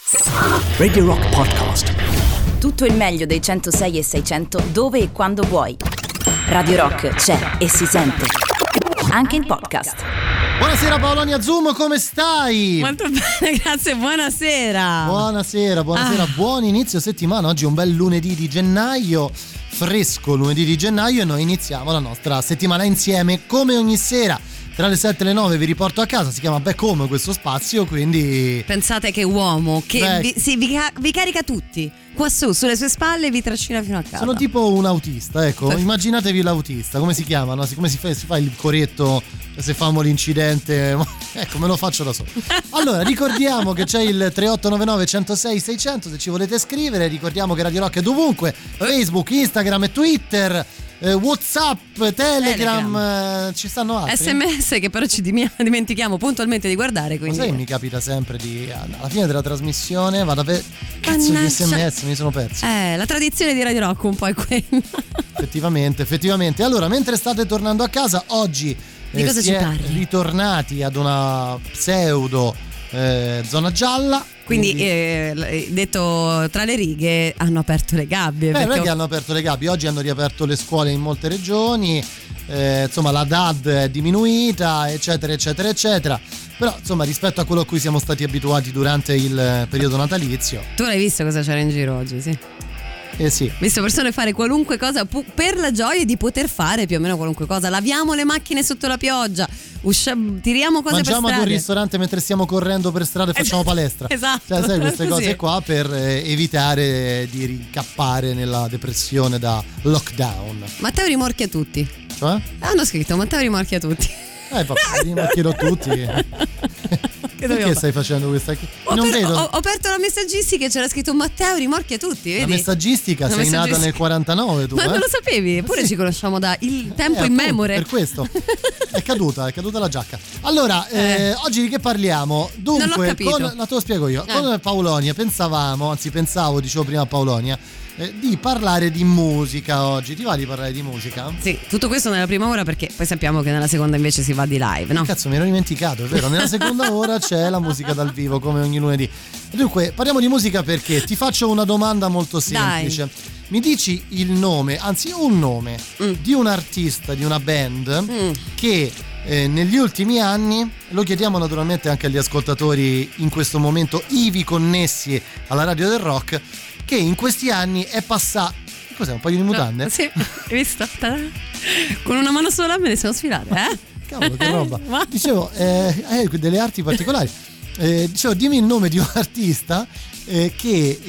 Radio Rock Podcast. Tutto il meglio dei 106 e 600 dove e quando vuoi. Radio Rock c'è e si sente anche in podcast. Buonasera Paolonia Zoom, come stai? Molto bene, grazie, buonasera. Buonasera, buon inizio settimana. Oggi è un bel lunedì di gennaio, fresco lunedì di gennaio, e noi iniziamo la nostra settimana insieme come ogni sera. Tra le 7 e le 9 vi riporto a casa, si chiama Back Home questo spazio, quindi... Pensate che uomo, che vi carica tutti, qua su, sulle sue spalle, e vi trascina fino a casa. Sono tipo un autista, ecco, immaginatevi l'autista, come si chiama, no? Come si fa il coretto se famo l'incidente, ecco, me lo faccio da solo. Allora, ricordiamo che c'è il 3899 106 600 se ci volete scrivere, ricordiamo che Radio Rock è dovunque, Facebook, Instagram e Twitter, WhatsApp, Telegram. Ci stanno altri SMS che però ci dimentichiamo puntualmente di guardare, quindi. Ma sai, mi capita sempre alla fine della trasmissione vado a vedere cazzo di SMS, mi sono perso. La tradizione di Radio Rock un po' è quella. Effettivamente. Allora, mentre state tornando a casa oggi di cosa si ci è parli? Ritornati ad una pseudo zona gialla. Quindi detto tra le righe, hanno aperto le gabbie. Non è che hanno aperto le gabbie, oggi hanno riaperto le scuole in molte regioni, insomma la DAD è diminuita, eccetera. Però insomma, rispetto a quello a cui siamo stati abituati durante il periodo natalizio. Tu l'hai visto cosa c'era in giro oggi, sì? Sì. Visto persone fare qualunque cosa per la gioia di poter fare più o meno qualunque cosa. Laviamo le macchine sotto la pioggia, tiriamo cose mangiamo per strada, ad un ristorante mentre stiamo correndo per strada e facciamo palestra. Esatto. Cioè, sai, queste cose Sì. qua per evitare di ricappare nella depressione da lockdown. Matteo rimorchia tutti. Cioè? Hanno scritto Matteo rimorchia tutti. Vabbè, rimorchierò tutti. Perché stai facendo questa? Non vedo. Ho aperto la messaggistica e c'era scritto Matteo rimorchia tutti, vedi? La messaggistica, sei nata nel 49 tu. Ma non lo sapevi? Eppure ci conosciamo da il tempo immemore. Per questo è caduta la giacca. Allora, oggi di che parliamo? Dunque, non l'ho capito. te lo spiego io. Con Paolonia dicevo prima a Paolonia, di parlare di musica oggi. Ti va di parlare di musica? Sì, tutto questo nella prima ora, perché poi sappiamo che nella seconda invece si va di live, no? Cazzo, mi ero dimenticato, è vero. Nella seconda ora c'è la musica dal vivo, come ogni lunedì. Dunque, parliamo di musica perché ti faccio una domanda molto semplice. Dai. Mi dici il nome, anzi un nome di un artista, di una band che negli ultimi anni, lo chiediamo naturalmente anche agli ascoltatori in questo momento ivi connessi alla radio del rock, che in questi anni è passato. Cos'è, un paio di mutande? No, sì, hai visto? Con una mano sola me ne sono sfilate, Cavolo, che roba. Dicevo, delle arti particolari. Dicevo, dimmi il nome di un artista che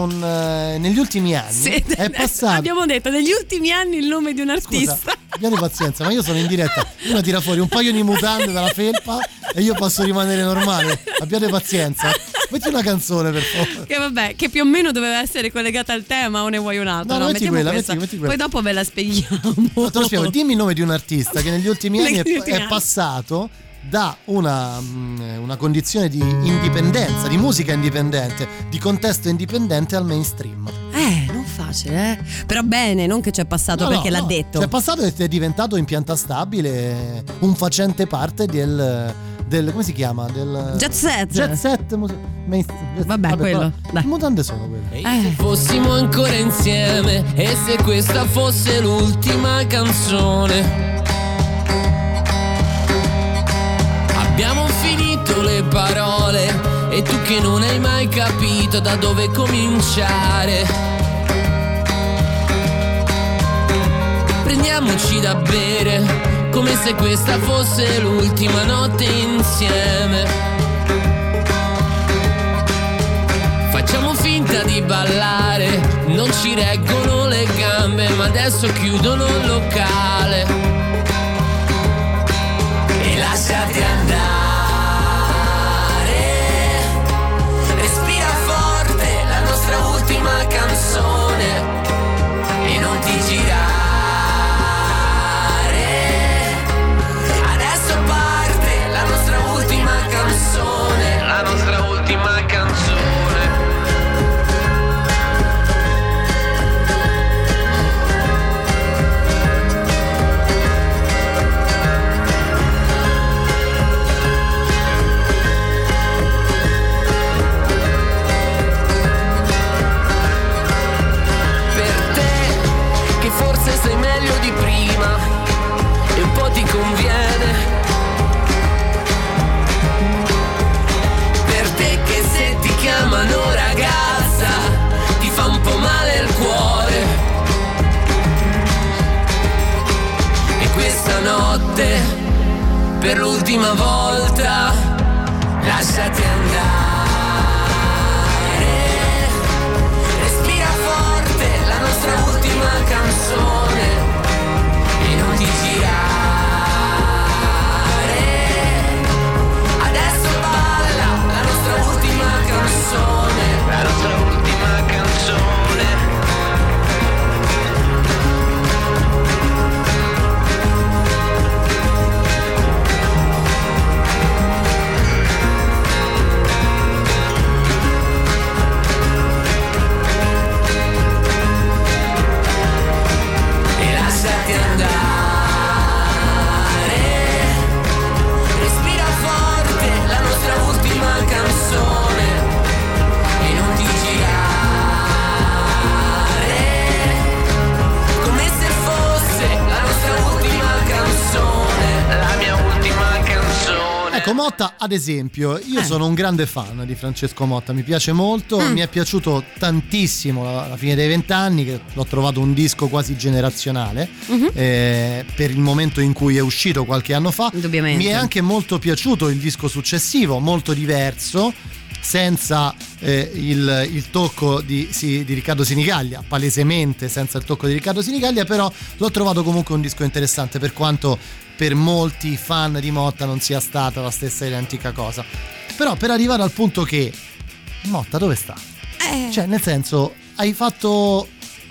negli ultimi anni è passato. Abbiamo detto negli ultimi anni il nome di un artista. Scusa, abbiate pazienza, ma io sono in diretta. Uno tira fuori un paio di mutande dalla felpa e io posso rimanere normale. Abbiate pazienza. Metti una canzone, per favore. Che vabbè, che più o meno doveva essere collegata al tema, o ne vuoi un'altra? No, metti quella. Poi dopo ve la spieghiamo. No, te lo spiego. Dimmi il nome di un artista che negli ultimi anni è passato da una condizione di indipendenza, di musica indipendente, di contesto indipendente al mainstream. Non facile, Però bene, non che c'è passato perché l'ha detto. C'è passato e è diventato in pianta stabile, un facente parte del come si chiama? Del Jet set. Vabbè, quello. Dai. Mutande sono quelle. Se fossimo ancora insieme e se questa fosse l'ultima canzone. Abbiamo finito le parole e tu che non hai mai capito da dove cominciare. Prendiamoci da bere come se questa fosse l'ultima notte insieme. Facciamo finta di ballare, non ci reggono le gambe, ma adesso chiudono il locale. E lasciati andare, respira forte la nostra ultima canzone e non ti girare. Adesso parte la nostra ultima canzone, la nostra ultima canzone. per l'ultima volta, lasciati andare. Respira forte la nostra ultima canzone e non ti girare. Adesso balla la nostra ultima canzone, la nostra ultima canzone. Ecco, Motta ad esempio, io sono un grande fan di Francesco Motta, mi piace molto, mi è piaciuto tantissimo la fine dei 20 anni, che l'ho trovato un disco quasi generazionale per il momento in cui è uscito qualche anno fa. Indubbiamente. Mi è anche molto piaciuto il disco successivo, molto diverso, senza il tocco di Riccardo Sinigaglia, palesemente senza il tocco di Riccardo Sinigaglia, però l'ho trovato comunque un disco interessante, per quanto per molti fan di Motta non sia stata la stessa identica cosa. Però per arrivare al punto che Motta dove sta? Cioè, nel senso, hai fatto...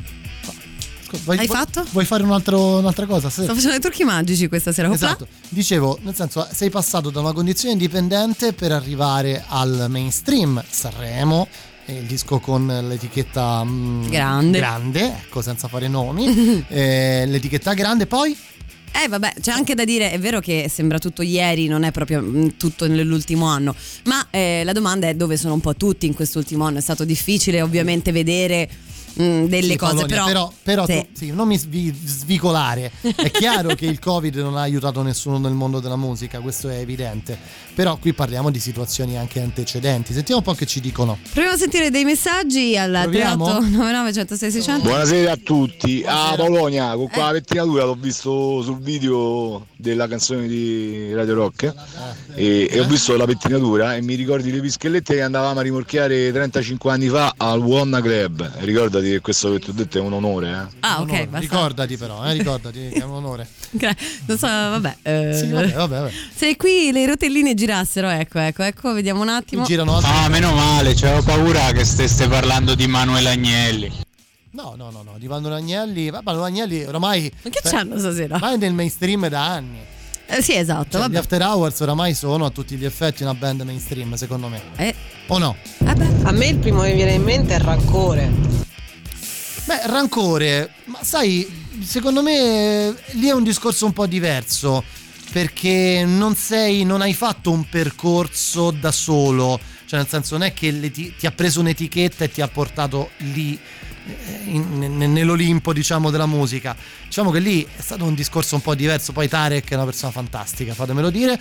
Vuoi fare un'altra cosa? Sto facendo i trucchi magici questa sera. Esatto. Dicevo, nel senso, sei passato da una condizione indipendente per arrivare al mainstream, Sanremo, il disco con l'etichetta grande, ecco, senza fare nomi, l'etichetta grande, poi... Vabbè, c'è anche da dire, è vero che sembra tutto ieri, non è proprio tutto nell'ultimo anno, ma la domanda è dove sono un po' tutti in quest'ultimo anno. È stato difficile ovviamente vedere delle cose, Polonia, però sì. Non mi svicolare. È chiaro che il Covid non ha aiutato nessuno nel mondo della musica, questo è evidente, però qui parliamo di situazioni anche antecedenti. Sentiamo un po' che ci dicono. Proviamo a sentire dei messaggi al 3899 106 600. Buonasera a tutti. A Polonia con qua la pettinatura l'ho visto sul video della canzone di Radio Rock e ho visto la pettinatura e mi ricordi le pischellette che andavamo a rimorchiare 35 anni fa al Wanna Club. Ricordati che questo che ti ho detto è un onore. Ah, ok, basta. Ricordati però, ricordati che è un onore. Non so, vabbè. Sì, vabbè. Se qui le rotelline girassero, ecco, vediamo un attimo. Girano meno male, c'avevo paura che stesse parlando di Manuel Agnelli. No, di Manuel Agnelli. Manuel Agnelli oramai... Ma che c'hanno stasera? Ma è nel mainstream da anni. Sì, esatto. Cioè, gli After Hours oramai sono a tutti gli effetti una band mainstream, secondo me. O no? A me il primo che mi viene in mente è Rancore. Beh, Rancore, ma sai, secondo me lì è un discorso un po' diverso, perché non hai fatto un percorso da solo, cioè nel senso non è che ti ha preso un'etichetta e ti ha portato lì nell'Olimpo, diciamo, della musica. Diciamo che lì è stato un discorso un po' diverso. Poi Tarek è una persona fantastica, fatemelo dire,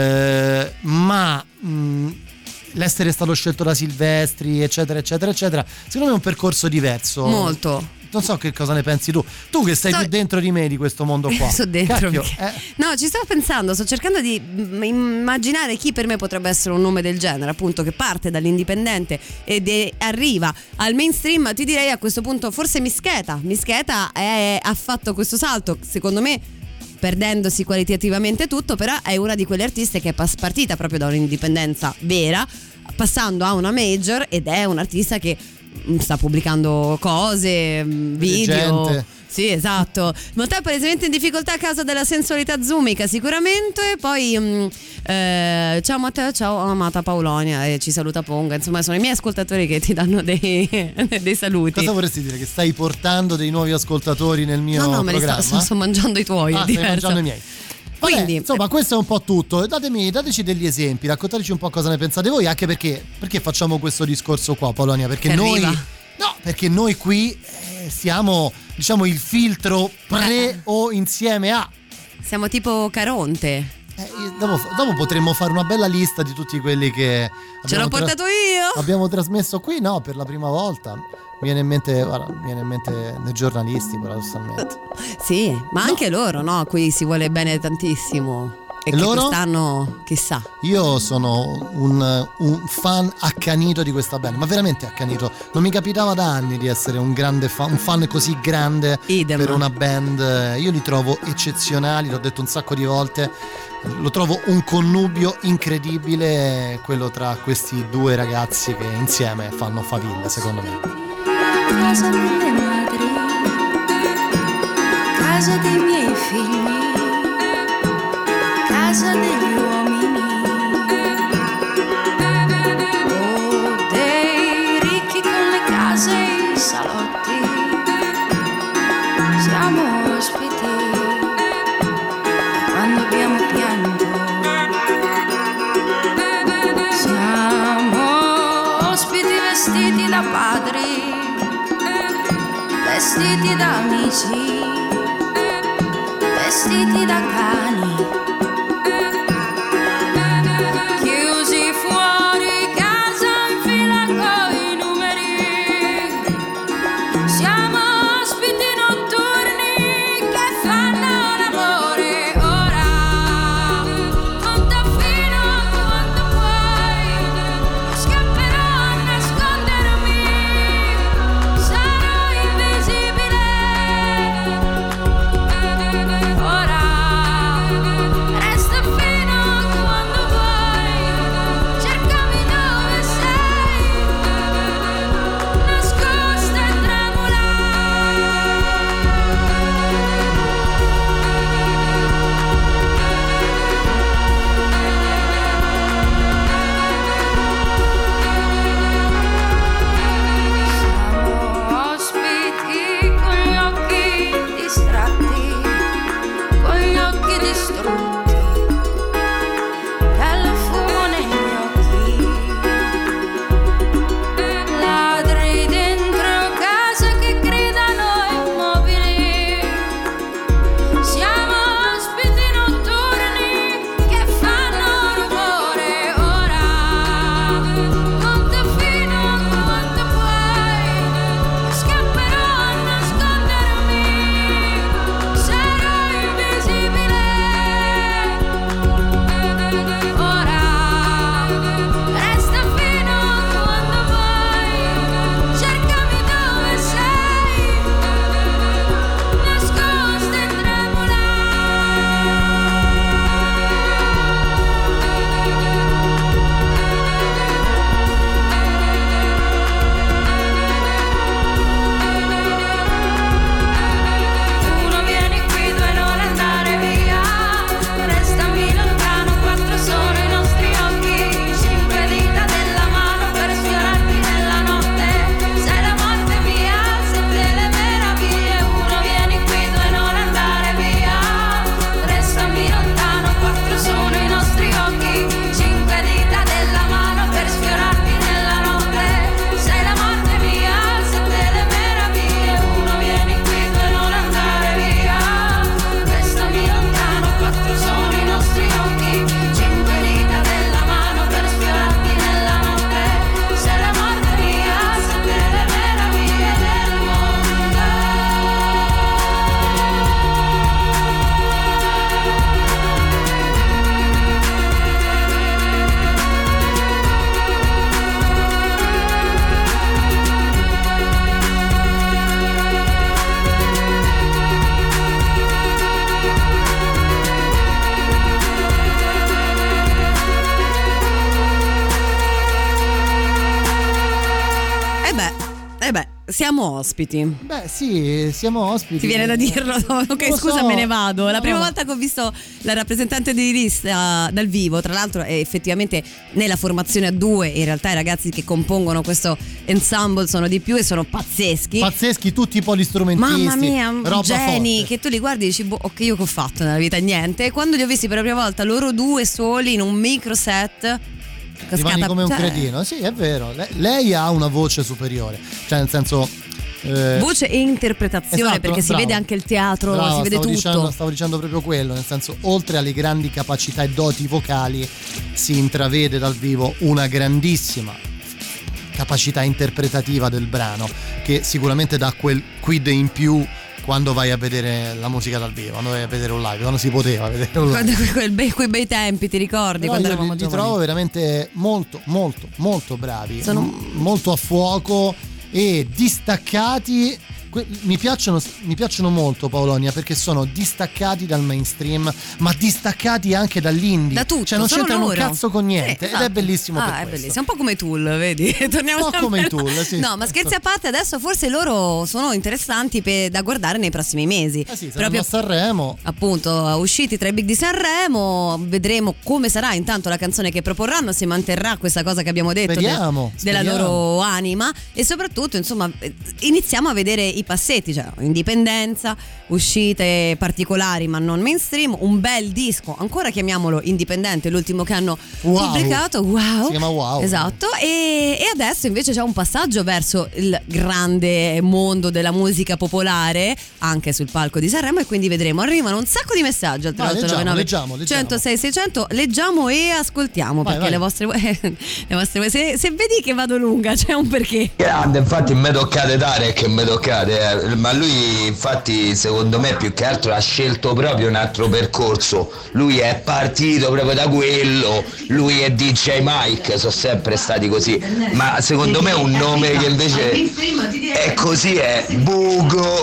ma l'essere stato scelto da Silvestri, eccetera, secondo me è un percorso diverso. Molto. Non so che cosa ne pensi tu che stai più dentro di me di questo mondo qua. Sto dentro. Cacchio, No, ci stavo pensando, sto cercando di immaginare chi per me potrebbe essere un nome del genere, appunto, che parte dall'indipendente ed arriva al mainstream. Ti direi a questo punto forse Mischeta ha fatto questo salto, secondo me perdendosi qualitativamente tutto, però è una di quelle artiste che è partita proprio da un'indipendenza vera, passando a una major, ed è un artista che sta pubblicando cose, video. Gente. Sì, esatto. Molto palesemente in difficoltà a causa della sensualità zoomica, sicuramente. Poi ciao Matteo, ciao amata Paolonia, ci saluta Ponga. Insomma, sono i miei ascoltatori che ti danno dei saluti. Cosa vorresti dire? Che stai portando dei nuovi ascoltatori nel mio programma? No, me li sto mangiando i tuoi. Stai mangiando i miei. Vabbè, quindi, insomma, questo è un po' tutto. Dateci degli esempi, raccontateci un po' cosa ne pensate voi, anche perché facciamo questo discorso qua, Polonia, perché noi qui siamo, diciamo, il filtro pre o insieme a. Siamo tipo Caronte. Dopo potremmo fare una bella lista di tutti quelli che ce l'ho portato io. Abbiamo trasmesso qui, no, per la prima volta. Mi viene in mente dei giornalisti, paradossalmente. Sì, ma anche loro, no? Qui si vuole bene tantissimo. E che loro? quest'anno chissà. Io sono un fan accanito di questa band, ma veramente accanito. Non mi capitava da anni di essere un fan così grande. Idem. Per una band. Io li trovo eccezionali, l'ho detto un sacco di volte. Lo trovo un connubio incredibile, quello tra questi due ragazzi che insieme fanno favilla, secondo me. Casa delle madri, casa dei miei figli, casa degli uomini, o dei ricchi con le case e i salotti. Siamo ospiti quando abbiamo pianto. Siamo ospiti vestiti da padri, vestiti da amici, vestiti da cani, chiusi fuori casa in fila coi numeri. Siamo ospiti notturni che fanno l'amore. Ora conta fino a quanto puoi, scapperò a nascondermi, sarò invisibile. Ora resta fino a quando vuoi, cercami dove sei, nascosta e tremula. Siamo ospiti con gli occhi distratti, con gli occhi distrutti, del fumo negli occhi, ladri dentro casa che gridano immobili. Siamo ospiti notturni che fanno rumore. Ora conta fino a quanto puoi, scapperò a nascondermi, sarò invisibile. Ora resta fino a quando vuoi, cercami dove sei, nascosta e tremula. Uno vieni qui, due non andare via, restami lontano, quattro sono i nostri occhi, cinque dita della mano per sfiorarti nella notte, sei la morte mia, sette le meraviglie. Uno vieni qui, due non andare via, restami lontano, quattro sono i nostri occhi, cinque dita della mano per sfiorarti nella notte, sei la morte mia, sette le meraviglie. Uno vieni qui, due non andare via, restami lontano, quattro sono i nostri occhi, cinque dita della mano per sfiorarti nella notte, sei la morte mia, sette le meraviglie del mondo. E beh, siamo ospiti. Beh, sì, siamo ospiti. Ti viene da dirlo? Ok, lo scusa, so. me ne vado. La No. prima volta che ho visto la rappresentante di lista dal vivo, tra l'altro è effettivamente nella formazione a due, in realtà i ragazzi che compongono questo ensemble sono di più e sono pazzeschi. Pazzeschi, tutti i polistrumentisti. Mamma mia, roba geni, forte. che tu li guardi e dici, boh, ok, io che ho fatto nella vita? Niente. E quando li ho visti per la prima volta, loro due soli in un micro set, Rimani come un cioè, cretino. Sì, è vero. Lei ha una voce superiore. Cioè, nel senso. voce e interpretazione, esatto, perché si bravo. vede anche il teatro, Brava, si vede tutto. Stavo dicendo proprio quello, nel senso, oltre alle grandi capacità e doti vocali, si intravede dal vivo una grandissima capacità interpretativa del brano, che sicuramente dà quel quid in più quando vai a vedere la musica dal vivo, quando vai a vedere un live, quando si poteva vedere un live. Quei bei tempi, ti ricordi? Però quando io eravamo li giovani? trovo veramente molto molto molto bravi, Sono molto a fuoco e distaccati. Mi piacciono molto, Paolonia, perché sono distaccati dal mainstream, ma distaccati anche dall'indie. Da tutto, cioè non sono c'entrano un loro. cazzo con niente, ed è bellissimo per è questo. bellissimo, un po' come i Tool, vedi? Torniamo Un po' come i Tool, sì. No, ma scherzi a parte, adesso forse loro sono interessanti da guardare nei prossimi mesi. Sì, saranno a Sanremo. Appunto, usciti tra i big di Sanremo, vedremo come sarà intanto la canzone che proporranno, se manterrà questa cosa che abbiamo detto della loro anima, e soprattutto, insomma, iniziamo a vedere i passetti, cioè indipendenza, uscite particolari ma non mainstream, un bel disco, ancora chiamiamolo indipendente, l'ultimo che hanno pubblicato, Wow, si chiama Wow, esatto, e adesso invece c'è un passaggio verso il grande mondo della musica popolare anche sul palco di Sanremo, e quindi vedremo, arrivano un sacco di messaggi al 3899 leggiamo. 106 600, leggiamo e ascoltiamo, perché vai. le vostre se vedi che vado lunga c'è un perché. Grande, infatti me toccate dare che me toccate, ma lui infatti secondo me più che altro ha scelto proprio un altro percorso, lui è partito proprio da quello, lui è DJ Mike, sono sempre stati così, ma secondo me un nome che invece è così è Bugo.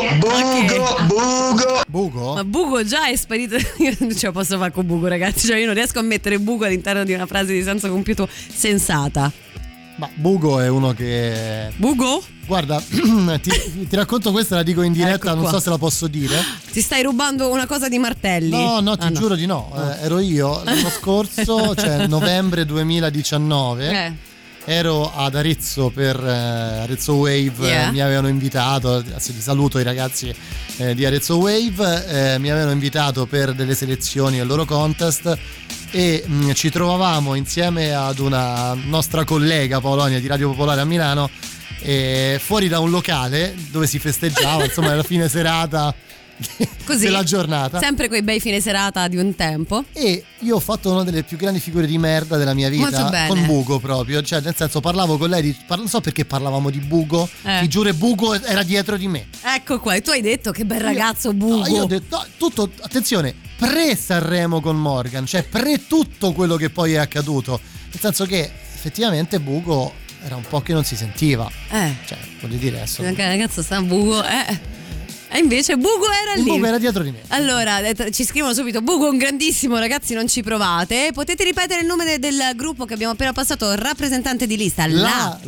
Ma Bugo già è sparito. Io non ce la posso fare con Bugo, ragazzi, cioè io non riesco a mettere Bugo all'interno di una frase di senso compiuto sensata. Ma Bugo è uno che... Bugo? Guarda, ti racconto questa, la dico in diretta, non so se la posso dire. Ti stai rubando una cosa di Martelli? No, ti giuro di no. Ero io l'anno scorso, cioè novembre 2019. Ero ad Arezzo per Arezzo Wave, mi avevano invitato, vi saluto i ragazzi di Arezzo Wave, mi avevano invitato per delle selezioni al loro contest, e ci trovavamo insieme ad una nostra collega Paolonia di Radio Popolare a Milano, fuori da un locale dove si festeggiava, insomma, alla fine serata così, della giornata, sempre quei bei fine serata di un tempo, e io ho fatto una delle più grandi figure di merda della mia vita con Bugo, proprio, cioè nel senso parlavo con lei non so perché parlavamo di Bugo, ti giuro, Bugo era dietro di me, ecco qua, e tu hai detto che bel ragazzo Bugo. Io ho detto tutto, attenzione, pre Sanremo con Morgan, cioè pre tutto quello che poi è accaduto, nel senso che effettivamente Bugo era un po' che non si sentiva, cioè voglio dire adesso ragazzo sta Bugo, e invece Bugo era lì. Bugo era dietro di me. Allora, ci scrivono subito: Bugo è un grandissimo, ragazzi, non ci provate. Potete ripetere il nome del gruppo che abbiamo appena passato? Rappresentante di lista. La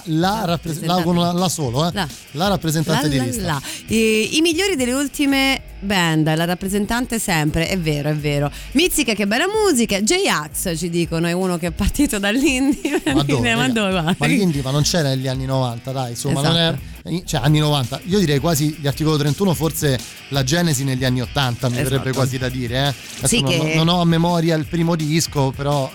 rappresentante di lista. I migliori delle ultime band, la rappresentante sempre, è vero. Mizzica, che bella musica. J-Ax ci dicono, è uno che è partito dall'indie. Ma dove? Ma l'indie ma non c'era negli anni 90, dai, insomma, esatto. Non è, cioè anni 90, io direi quasi gli Articolo 31, forse la genesi negli anni 80 mi verrebbe quasi da dire, sì, non ho a memoria il primo disco, però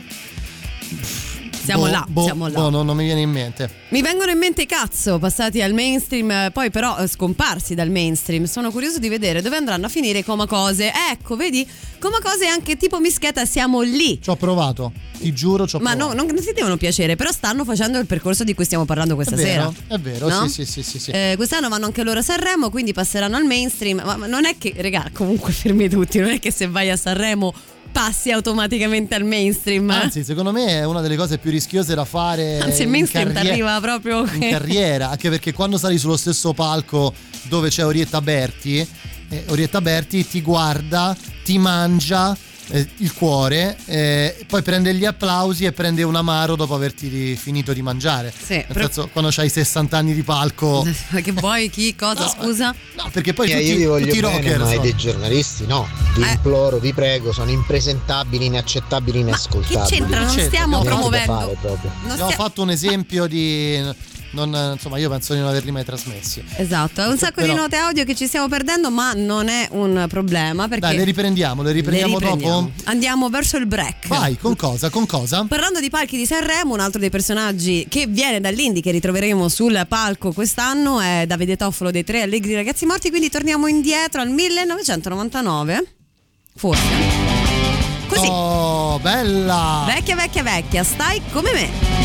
siamo là. Non mi viene in mente. Mi vengono in mente i Cazzo, passati al mainstream, poi però scomparsi dal mainstream. Sono curioso di vedere dove andranno a finire Coma Cose. Ecco, vedi, Coma Cose anche tipo Mischeta, siamo lì. Ci ho provato, ti giuro, ci ho provato. Ma non ti devono piacere, però stanno facendo il percorso di cui stiamo parlando questa sera. È vero, no? Sì. Quest'anno vanno anche loro a Sanremo, quindi passeranno al mainstream. Ma non è che, regà, comunque fermi tutti, non è che se vai a Sanremo passi automaticamente al mainstream. Anzi, secondo me è una delle cose più rischiose da fare. Anzi, il mainstream ti arriva proprio in carriera, anche perché quando sali sullo stesso palco dove c'è Orietta Berti ti guarda, ti mangia il cuore, poi prende gli applausi e prende un amaro dopo averti finito di mangiare. Nel senso, quando c'hai 60 anni di palco. Ma che vuoi? Chi? Cosa? No, scusa? No, perché poi io vi voglio tutti bene, rocker ma sono. dei giornalisti no, vi imploro, vi prego, sono impresentabili, inaccettabili, inascoltabili. Ma che c'entra? Non stiamo promuovendo. Abbiamo fatto un esempio di insomma, io penso di non averli mai trasmessi. Esatto, è un sacco di note audio che ci stiamo perdendo, ma non è un problema, perché dai, le riprendiamo dopo. Andiamo verso il break. Vai, con cosa? Parlando di palchi di Sanremo, un altro dei personaggi che viene dall'indie, che ritroveremo sul palco quest'anno, è Davide Toffolo dei Tre Allegri Ragazzi Morti. Quindi torniamo indietro al 1999, forse. Così. Oh, bella! Vecchia, stai come me.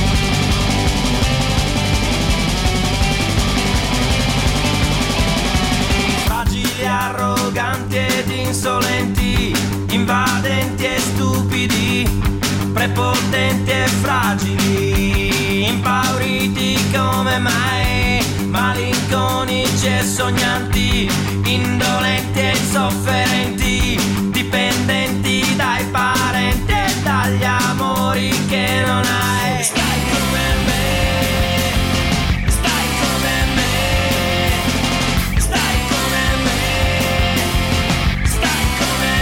prepotenti e fragili, impauriti come mai, malinconici e sognanti, indolenti e insofferenti, dipendenti dai parenti e dagli amori che non hai. Stai come me, stai come me, stai come me, stai come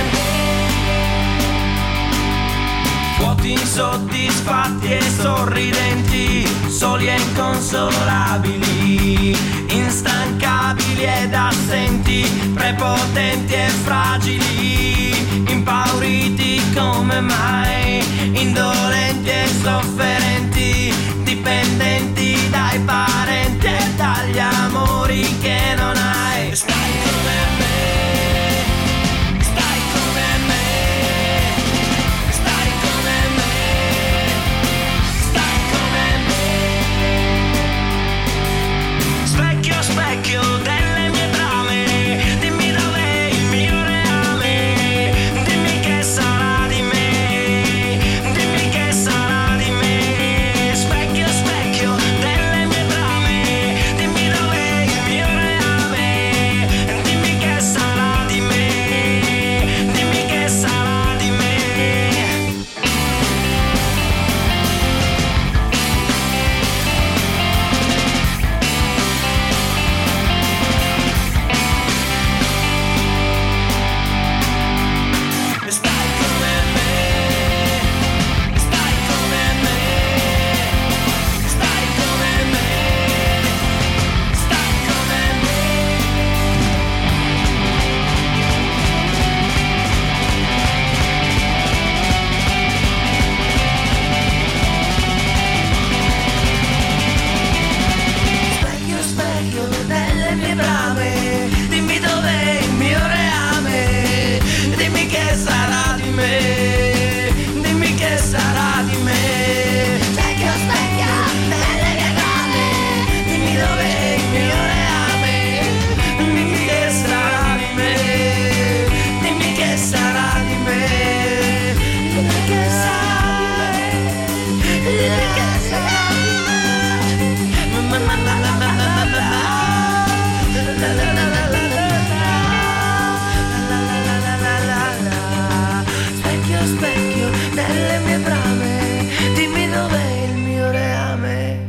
me. Vuoti insoddisfatti e sorridenti, soli e inconsolabili, instancabili ed assenti, prepotenti e fragili, impauriti come mai, indolenti e sofferenti, dipendenti dai parenti e dagli amori che non hai. Stai come me, stai come me, stai come me, stai come me. Specchio, specchio delle mie brame, dimmi dov'è il mio reame, dimmi che sarà di me, dimmi che sarà di me. Specchio, specchio delle mie brame, dimmi dov'è il mio reame, dimmi che sarà di me, dimmi che sarà di me. Stai come me, stai come me, stai come me, stai come me. Specchio, specchio delle mie brame, dimmi dov'è il mio reame, dimmi che sarà di me, dimmi che sarà di me. Specchio, specchio delle mie brame, dimmi dov'è il mio reame, dimmi che sarà di me, dimmi che sarà di me, dimmi che sarà di me, dimmi che sarà di me. Specchio, specchio delle mie brame, dimmi dov'è il mio reame.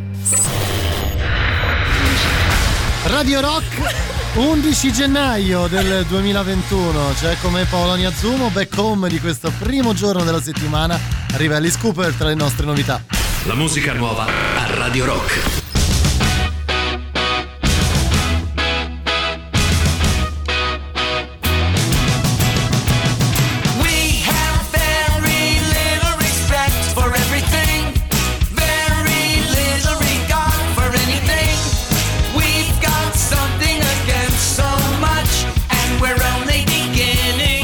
Radio Rock 11 gennaio del 2021, c'è come Polonia Zumo, back home di questo primo giorno della settimana. Arriva Alice Cooper tra le nostre novità. La musica nuova a Radio Rock. We have very little respect for everything, very little regard for anything. We've got something against so much, and we're only beginning.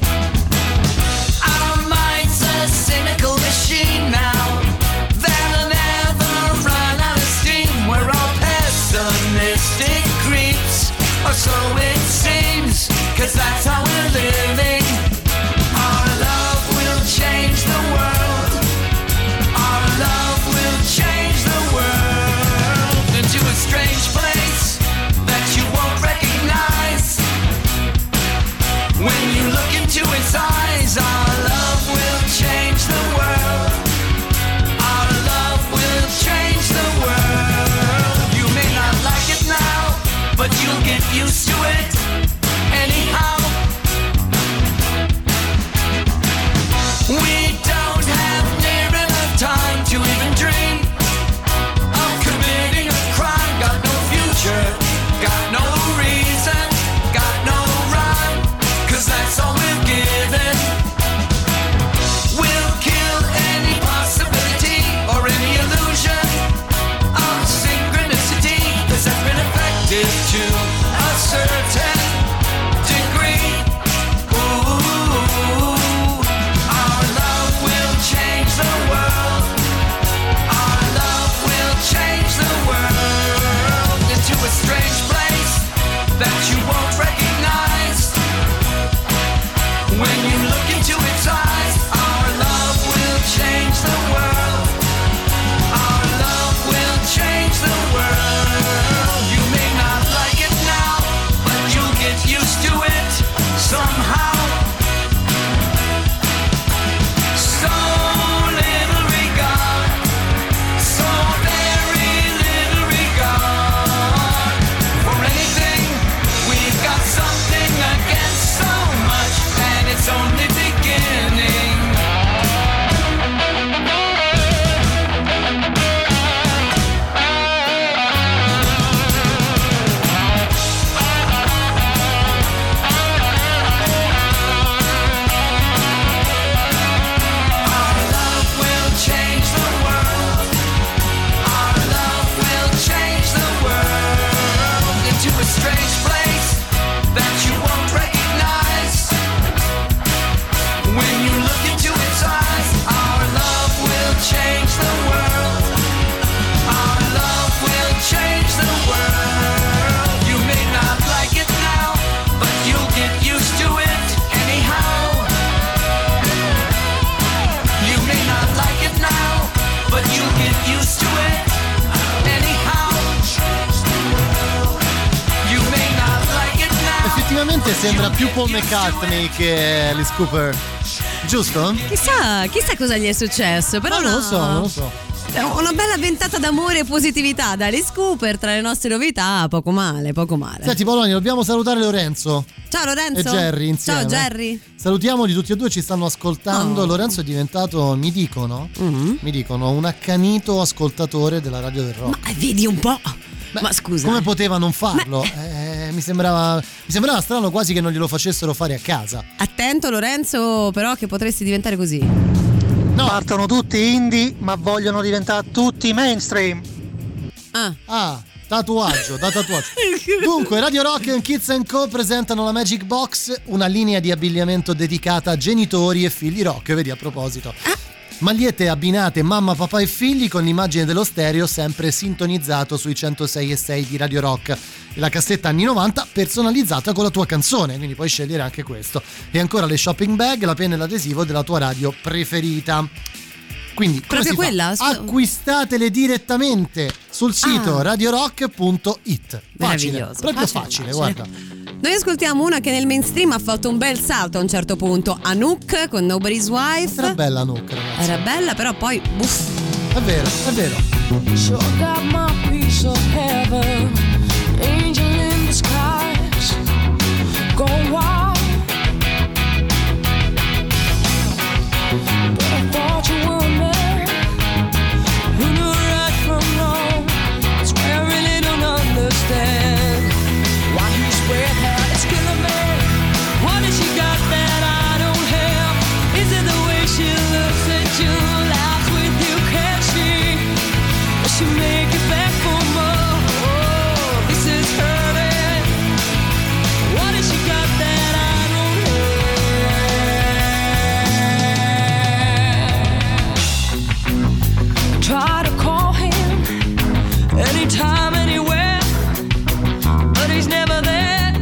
Our mind's a cynical machine now that'll never run out of steam. We're all pessimistic creeps, or so it seems, 'cause that's how we're living. Our love will change the world. Our love will change the world into a strange place that you won't recognize. When you look into its eyes, our love will change the world. Our love will change the world. You may not like it now, but you'll get used to it anyhow. We don't have near enough time to even dream of committing a crime. Got no future, got no reason, got no rhyme, 'cause that's all we're given. We'll kill any possibility or any illusion of synchronicity, 'cause that's been effective to a certain visivamente sembra più Paul McCartney che Alice Cooper, giusto? Chissà cosa gli è successo, però non lo so. Una bella ventata d'amore e positività da Alice Cooper tra le nostre novità, poco male. Senti Polonia, dobbiamo salutare Lorenzo. Ciao Lorenzo. E Jerry insieme. Ciao Jerry. Salutiamoli tutti e due, ci stanno ascoltando. Lorenzo è diventato, mi dicono, un accanito ascoltatore della Radio del Rock. Ma vedi un po'. Ma scusa. Come poteva non farlo? Mi sembrava strano quasi che non glielo facessero fare a casa. Attento Lorenzo, però, che potresti diventare così. No. Partono tutti indie, ma vogliono diventare tutti mainstream. Tatuaggio. Dunque, Radio Rock e Kids & Co presentano la Magic Box, una linea di abbigliamento dedicata a genitori e figli rock. Vedi, a proposito. Magliette abbinate mamma, papà e figli con l'immagine dello stereo sempre sintonizzato sui 106.6 di Radio Rock e la cassetta anni 90 personalizzata con la tua canzone, quindi puoi scegliere anche questo. E ancora le shopping bag, la penna e l'adesivo della tua radio preferita. Quindi proprio quella? Acquistatele direttamente sul sito radiorock.it. Meraviglioso. Proprio facile, guarda. Noi ascoltiamo una che nel mainstream ha fatto un bel salto a un certo punto, Anouk con Nobody's Wife. Era bella Anouk, ragazzi. Era bella, però poi buff. È vero. Sure got my piece of heaven, angel in the skies, go wild. But I thought you were a man who knew right from wrong. That's why I really don't understand why he's with her. It's killing me. What has she got that I don't have? Is it the way she looks at you, laughs with you? Can she? Does she make it back for more? Oh, this is hurting. What has she got that I don't have? Try to call him anytime, anywhere, but he's never there.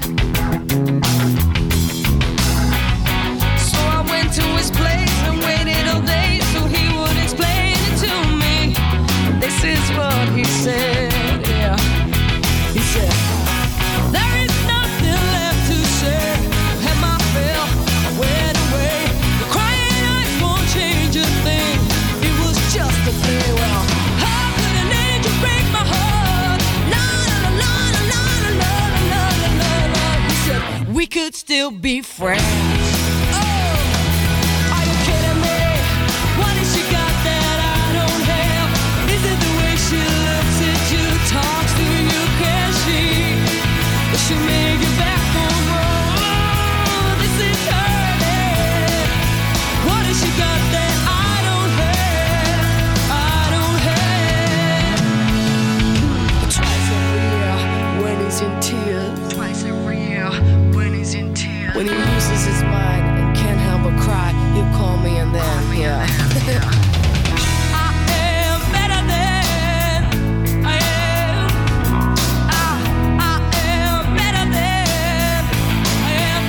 So I went to his place and waited all day so he would explain it to me. This is what he said, yeah. He said, there is nothing left to say. Have my fill, I went away. The crying eyes won't change a thing. It was just a play. Well, how could an angel break my heart? La la la la la la la la la la la. He said, we could still be friends. Are you kidding me? What has she got that I don't have? Is it the way she looks at you, talks to you? Can she? Does she make it back for more? Oh, this is hurting. What has she got that I don't have? I don't have. Twice every year when he's in tears. Twice every year when he's in tears. When he loses his mind and can't help but cry, he'll call me and then, yeah. I am better than I am. I am better than I am.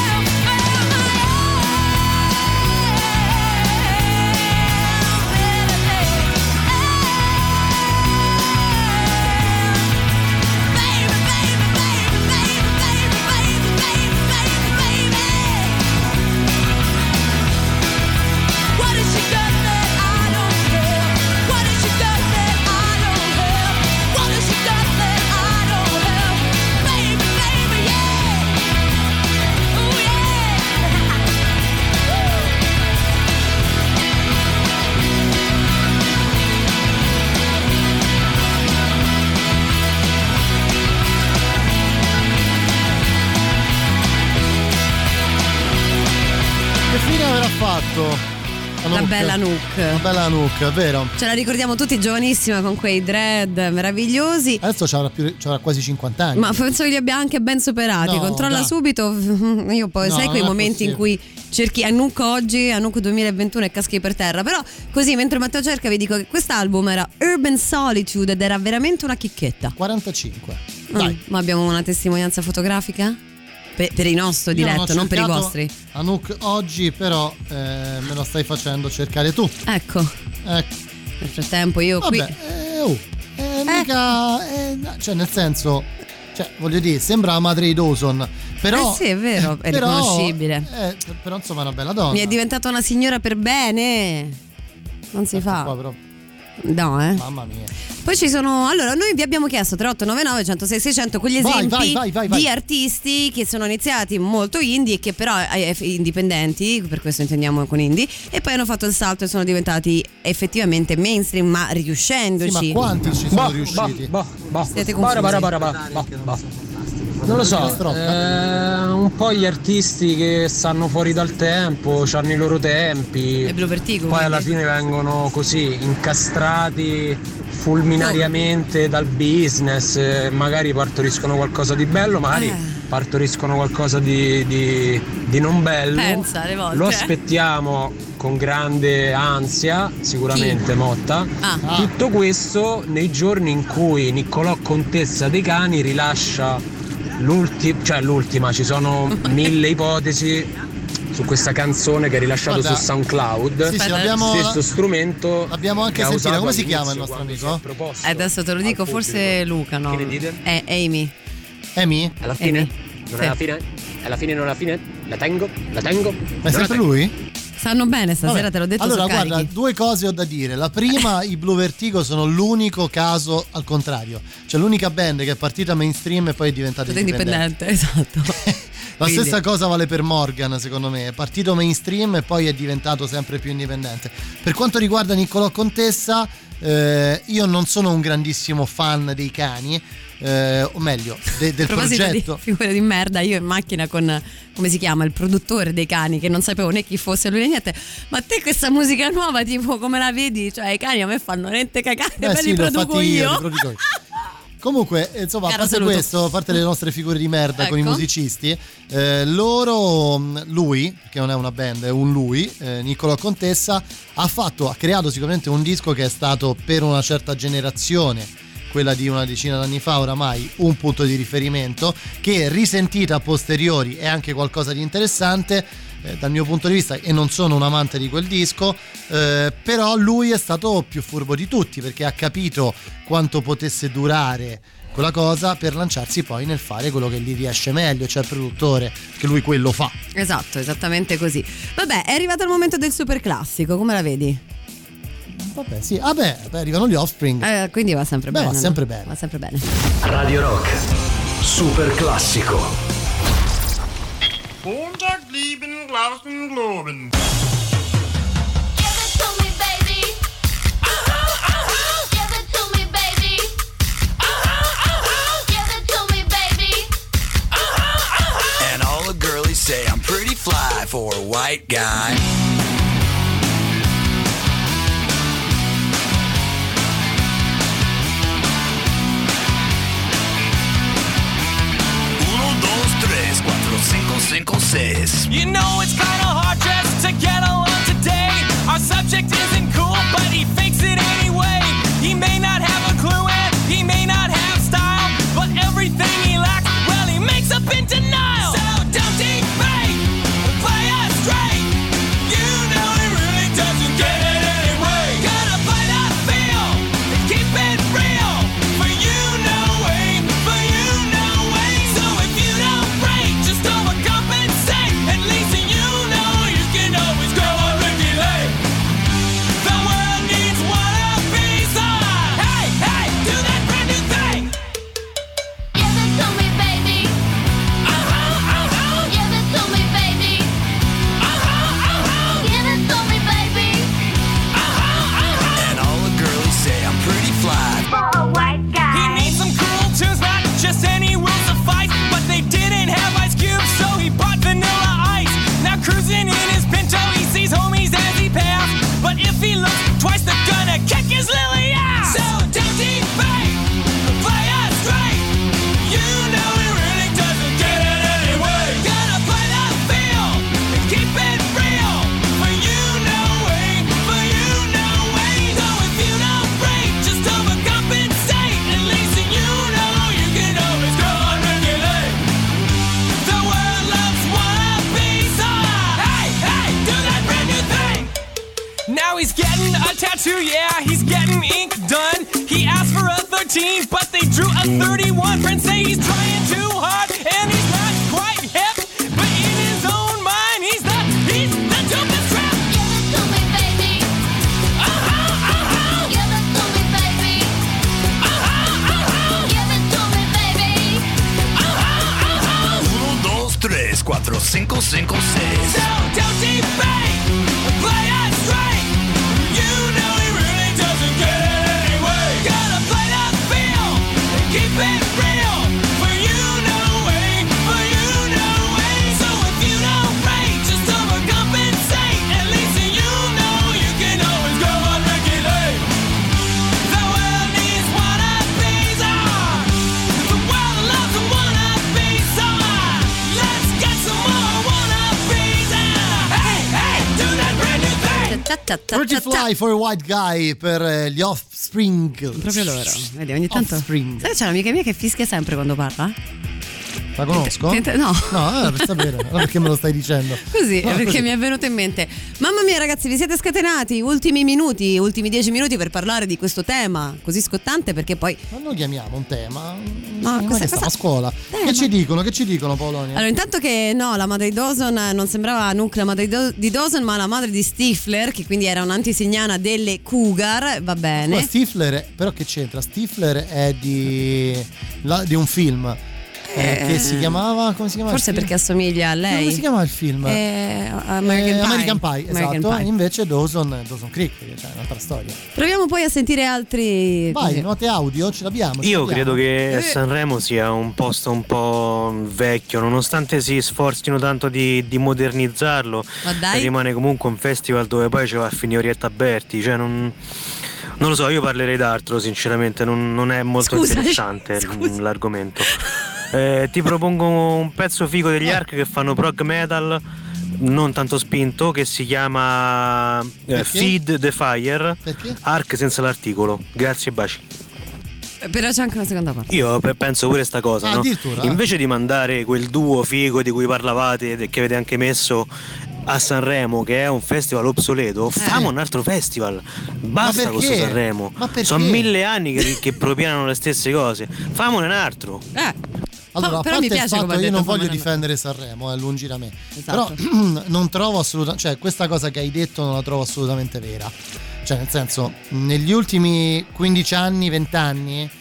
What has she got that I don't have? What has she got that I don't have? What has she got that I don't have? Baby, baby, yeah. Oh Che fine avrà fatto? La bella Anouk. La bella Anouk, vero? Ce la ricordiamo tutti giovanissima con quei dread meravigliosi. Adesso c'avrà quasi 50 anni. Ma penso che li abbia anche ben superati. No, Controlla dai. subito. Io poi No, sai quei non è momenti in possibile. cui cerchi Anouk oggi, Anouk 2021 e caschi per terra. Però così mentre Matteo cerca vi dico che quest'album era Urban Solitude ed era veramente una chicchetta. 45. Dai. Ma abbiamo una testimonianza fotografica? Per il nostro Io diretto, non per i cercato vostri. Anouk oggi, però me lo stai facendo cercare tu. Ecco. Nel frattempo io Vabbè, qui. mica, cioè nel senso, Cioè, voglio dire, sembra la madre di Dawson, però sì, è vero, è riconoscibile. Però insomma è una bella donna. Mi è diventata una signora per bene. Non si fa. Qua, però. No, Mamma mia. Poi ci sono, allora noi vi abbiamo chiesto 3899 106 600 quegli esempi vai. di artisti che sono iniziati molto indie e che però indipendenti, per questo intendiamo con indie, e poi hanno fatto il salto e sono diventati effettivamente mainstream, ma riuscendoci. Sì, ma quanti ci sono riusciti? Siete confusi? Non lo so, un po' gli artisti che stanno fuori dal tempo, hanno i loro tempi, e Blue Vertigo, poi alla fine vengono così incastrati fulminariamente dal business, magari partoriscono qualcosa di bello, magari partoriscono qualcosa di non bello. Pensa, alle volte. Lo aspettiamo con grande ansia, sicuramente. Motta. Tutto questo nei giorni in cui Niccolò Contessa dei Cani rilascia l'ultima, ci sono 1000 ipotesi su questa canzone che ha rilasciato su SoundCloud. Sì, abbiamo, stesso strumento. L'abbiamo anche sentito. Come si chiama il nostro amico? Adesso te lo dico, forse Luca, no? Che ne dite? È Amy. Amy? Alla fine? Amy. Non sì. è la fine? Alla fine non è la fine? La tengo? Ma è sempre lui? Stanno bene stasera. Vabbè. Te l'ho detto. Allora, su guarda, carichi. due cose ho da dire. La prima, i Blue Vertigo sono l'unico caso al contrario. Cioè l'unica band che è partita mainstream e poi è diventata indipendente. Esatto. La stessa cosa vale per Morgan, secondo me. È partito mainstream e poi è diventato sempre più indipendente. Per quanto riguarda Niccolò Contessa, io non sono un grandissimo fan dei Cani, o meglio del progetto. Di figure di merda, io in macchina con, come si chiama, il produttore dei Cani, che non sapevo né chi fosse lui né niente. Ma te questa musica nuova, tipo, come la vedi? Cioè i Cani a me fanno niente cagare, me li produco io. Comunque, insomma, a parte questo, a parte le nostre figure di merda con i musicisti, lui, che non è una band, è un lui, Niccolò Contessa, ha creato sicuramente un disco che è stato per una certa generazione, quella di una decina d'anni fa oramai, un punto di riferimento, che risentita a posteriori è anche qualcosa di interessante dal mio punto di vista, e non sono un amante di quel disco, però lui è stato più furbo di tutti, perché ha capito quanto potesse durare quella cosa per lanciarsi poi nel fare quello che gli riesce meglio, cioè il produttore, che lui quello fa. Esatto, esattamente così. Vabbè, è arrivato il momento del super classico, come la vedi? Vabbè, sì, arrivano gli Offspring. Quindi va sempre bene. Va sempre bene. Va sempre bene. Radio Rock, super classico. Montag, lieben, glauben, globen. And all the girlies say I'm pretty fly for a white guy. You know it's kinda hard just to get along today. Our subject isn't cool, but he fakes it anyway. He may not have a clue and he may not have style, but everything he lacks, well, he makes up in denial. So don't debate, play us straight. You know he really doesn't get it anyway. Gotta play that feel and keep it real. For you know way, for you know way. So if you don't break, just overcompensate. At least you know you can always go on regulate. The world needs one of these. Hey, hey, do that brand new thing. Give it to me, baby. Give it to me, baby. Give it to me, baby. And all the girlies say I'm pretty fly For a white guy. He needs some cool tunes, not just any will suffice. But they didn't have Ice Cube, so he bought Vanilla Ice. Now cruising in his Pinto, he sees homies as he passed. But if he looks twice, they're gonna kick his lily ass. So don't debate, play us straight. You know he really doesn't get it anyway. Gotta play that feel and keep it real. For you know way, for you know way. So if you don't break, just overcompensate. At least you know you can always go on regulate. The world loves wannabes. Hey, hey, do that brand new thing. Now he's getting a tattoo, yeah, he's getting ink done. He asked for a 13, but they drew a 31. Friends say he's trying 345 So don't debate, play it straight. You know he really doesn't get it anyway. Gotta play that field and keep it real. For you know way, for you know way. So if you don't rate, just overcompensate. At least you know you can always go on regulate. The world needs wannabes. The world loves a wannabe. So let's get some more wannabes. Hey, hey, do that brand new thing. Pretty Fly for a White Guy per gli Offspring. Proprio loro. Vedi, ogni tanto. Offspring. Sai, c'è un'amica mia che fischia sempre quando parla? La conosco? No. No, per sapere, non perché me lo stai dicendo. Così, No, perché così. mi è venuto in mente. Mamma mia, ragazzi, vi siete scatenati. Ultimi 10 minuti per parlare di questo tema così scottante, perché poi. Ma noi chiamiamo un tema. No, Che stiamo a scuola. Che ci dicono, Paolonia? Allora, intanto che no, la madre di Dawson non sembrava Nook, la madre di Dawson, ma la madre di Stifler, che quindi era un'antisignana delle Cougar, va bene. Ma Stifler, però che c'entra? Stifler è di un film. Che si chiamava, come si chiama? Forse perché assomiglia a lei. Come si chiama il film? American Pie. Esatto. Invece Dawson Creek, cioè un'altra storia. Proviamo poi a sentire altri. Vai, note audio, ce l'abbiamo. Io credo che Sanremo sia un posto un po' vecchio, nonostante si sforzino tanto di modernizzarlo. Ma dai. Rimane comunque un festival dove poi ci va a finire Orietta Berti, cioè non lo so, io parlerei d'altro sinceramente, non è molto interessante l'argomento. Ti propongo un pezzo figo degli Ark che fanno prog metal non tanto spinto, che si chiama Feed the Fire. Perché? Ark senza l'articolo. Grazie e baci. Però c'è anche una seconda parte. Io penso pure sta cosa, no? Invece di mandare quel duo figo di cui parlavate e che avete anche messo a Sanremo, che è un festival obsoleto, famo un altro festival. Basta con questo Sanremo. Sono 1000 anni che propianano le stesse cose. Famone un altro. Allora, a però parte mi piace il come fatto, ha io non detto voglio Famone. difendere Sanremo, lungi da me. Esatto. Però non trovo assolutamente, cioè questa cosa che hai detto non la trovo assolutamente vera. Cioè, nel senso, negli ultimi 15 anni, 20 anni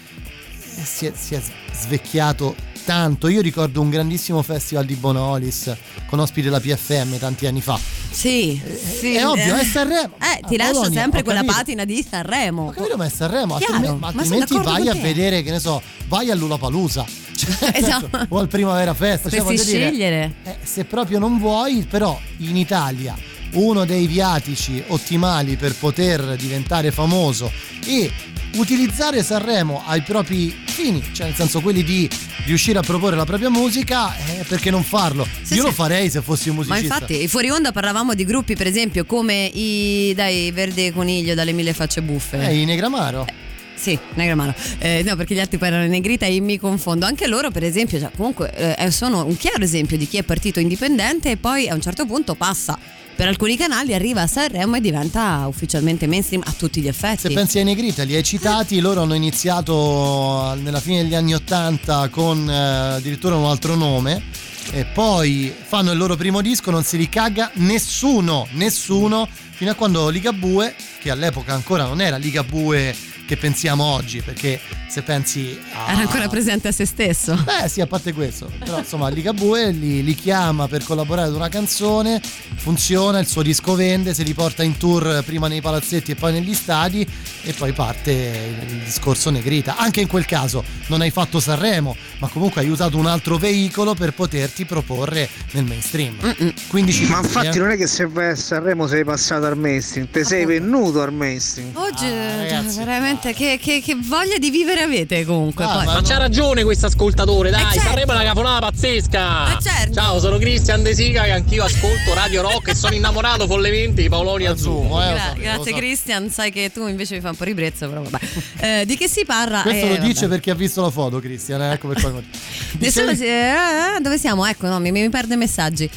si è svecchiato tanto. Io ricordo un grandissimo festival di Bonolis con ospiti della PFM tanti anni fa. Sì, È ovvio, è Sanremo. Ti lascia Bologna, sempre ho quella capito. patina di Sanremo. Ho capito, ma è Sanremo, Chiaro, ma sono altrimenti d'accordo vai con a te. vedere, che ne so, vai all'Ulapalooza, cioè, Esatto. o al Primavera Festa. Cioè, Dovresti voglio dire, scegliere. se proprio non vuoi, però in Italia uno dei viatici ottimali per poter diventare famoso e utilizzare Sanremo ai propri fini, cioè nel senso quelli di riuscire a proporre la propria musica, perché non farlo? Io lo farei se fossi un Ma musicista. infatti, fuori onda parlavamo di gruppi, per esempio, come i Verde Coniglio dalle Mille Facce Buffe. I Negramaro. Sì, Negramaro. No, perché gli altri poi erano in negrita e mi confondo. Anche loro, per esempio, cioè, comunque sono un chiaro esempio di chi è partito indipendente e poi a un certo punto passa per alcuni canali, arriva a Sanremo e diventa ufficialmente mainstream a tutti gli effetti. Se pensi ai Negrita, li hai citati, loro hanno iniziato nella fine degli anni '80 con addirittura un altro nome e poi fanno il loro primo disco, non si ricagga nessuno, fino a quando Ligabue, che all'epoca ancora non era Ligabue che pensiamo oggi, perché se pensi era ancora presente a se stesso. Sì, a parte questo, però insomma Ligabue li chiama per collaborare ad una canzone, funziona, il suo disco vende, se li porta in tour prima nei palazzetti e poi negli stadi e poi parte il discorso Negrita. Anche in quel caso non hai fatto Sanremo, ma comunque hai usato un altro veicolo per poterti proporre nel mainstream. 15 Ma minuti, infatti non è che se vai a Sanremo sei passato al mainstream, te sei venuto al mainstream. Oggi veramente che voglia di vivere avete comunque. Poi. Ma c'ha ragione questo ascoltatore, dai, certo. Sanremo è una cafonata pazzesca. Certo. Ciao, sono Cristian De Sica e anch'io ascolto Radio Rock e sono innamorato follemente di Paolonia Azzurro. Grazie Cristian, sai che tu invece mi fa un po' ribrezzo, però vabbè. Di che si parla? Questo lo dice vabbè. perché ha visto la foto, Cristian, ecco per quale Nessuno dove siamo? Ecco, no, mi perde messaggi.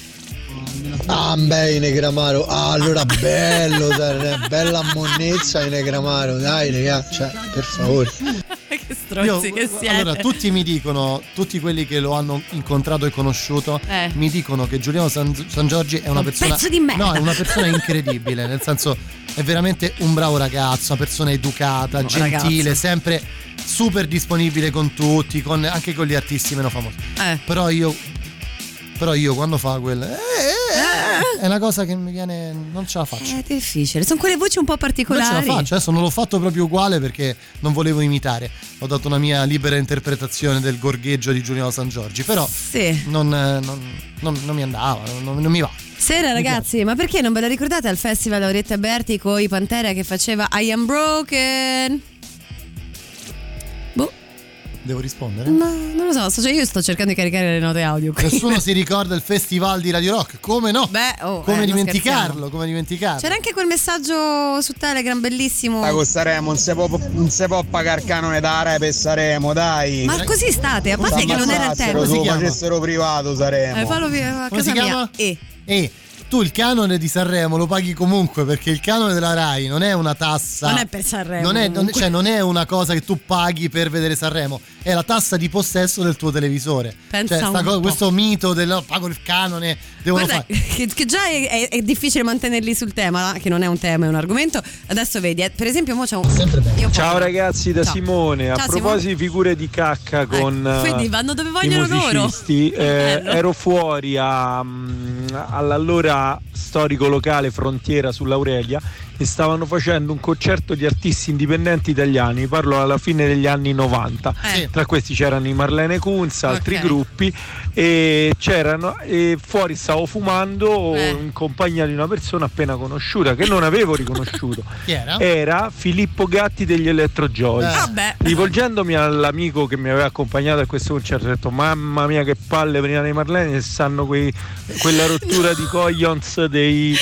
Beh, Negramaro, allora bello, bella monnezza di Negramaro, dai ragazzi, cioè, per favore. Che stronzi che siete. Allora, tutti mi dicono, tutti quelli che lo hanno incontrato e conosciuto, mi dicono che Giuliano San Giorgi è una persona, pezzo di merda. no, è una persona incredibile, nel senso è veramente un bravo ragazzo, una persona educata, gentile, ragazzo. sempre super disponibile con tutti, anche con gli artisti meno famosi. Però io però io quando fa quel è una cosa che mi viene, non ce la faccio. È difficile, sono quelle voci un po' particolari. Non ce la faccio, adesso non l'ho fatto proprio uguale perché non volevo imitare, ho dato una mia libera interpretazione del gorgheggio di Giuliano San Giorgi, però sì. non mi andava, non mi va. Sera ragazzi, ma perché non ve la ricordate al festival Lauretta Berti con i Pantera che faceva I Am Broken? Boh. Devo rispondere? No, non lo so, io sto cercando di caricare le note audio. Nessuno si ricorda il festival di Radio Rock, come no? Come dimenticarlo? C'era anche quel messaggio su Telegram bellissimo. Con Sanremo non si può pagare il canone da Rai per Sanremo, dai. Ma così state, a parte che non era il tempo. Se lo facessero privato Sanremo. Fallo a come casa si chiama? mia. Tu il canone di Sanremo lo paghi comunque, perché il canone della Rai non è una tassa. Non è per Sanremo. Non è una cosa che tu paghi per vedere Sanremo, è la tassa di possesso del tuo televisore. Pensa Questo mito del pago il canone, devono fare. Che già è difficile mantenerli sul tema, che non è un tema, è un argomento. Adesso vedi, per esempio, mo c'è un. Ciao ragazzi, da Ciao. Simone. Ciao, a proposito di figure di cacca con quindi vanno dove i vogliono musicisti, ero fuori all'allora storico locale Frontiera sull'Aurelia e stavano facendo un concerto di artisti indipendenti italiani, parlo alla fine degli anni 90. Tra questi c'erano i Marlene Kunz, altri gruppi, e c'erano, e fuori stavo fumando in compagnia di una persona appena conosciuta che non avevo riconosciuto. Chi era? Era Filippo Gatti degli Electro Joyce. Rivolgendomi all'amico che mi aveva accompagnato a questo concerto, ho detto: mamma mia che palle prima dei Marlene, che sanno quella rottura di coglions degli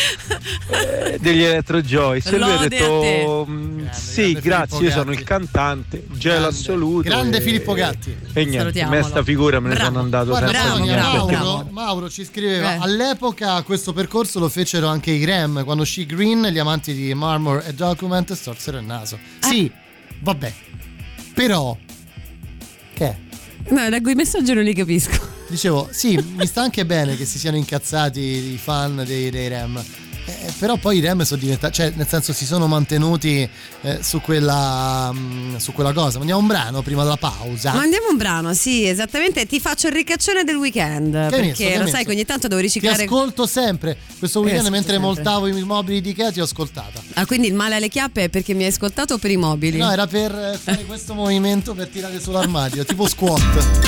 Electro Joyce. E lui ha detto sì, grazie, io sono il cantante, gelo assoluto. Grande Filippo Gatti. E niente, me sta figura me ne sono andato sempre. Mauro ci scriveva: all'epoca questo percorso lo fecero anche i Rem, quando uscì Green, gli amanti di Marmor e Document storsero il naso. Sì, vabbè, però che? No, leggo i messaggi e non li capisco. Dicevo, sì, mi sta anche bene che si siano incazzati i fan dei Rem. Però poi i Rem sono diventati, cioè nel senso si sono mantenuti su quella cosa. Mandiamo un brano prima della pausa. Mandiamo un brano, sì, esattamente. Ti faccio il ricaccione del weekend, perché lo sai che ogni tanto devo riciclare. Ti ascolto sempre questo weekend mentre montavo i mobili di Ikea, ti ho ascoltata. Ah, quindi il male alle chiappe è perché mi hai ascoltato o per i mobili? No, era per fare questo movimento per tirare sull'armadio, tipo squat.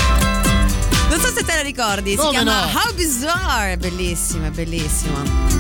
Non so se te la ricordi, si chiama How Bizarre, è bellissima, è bellissima.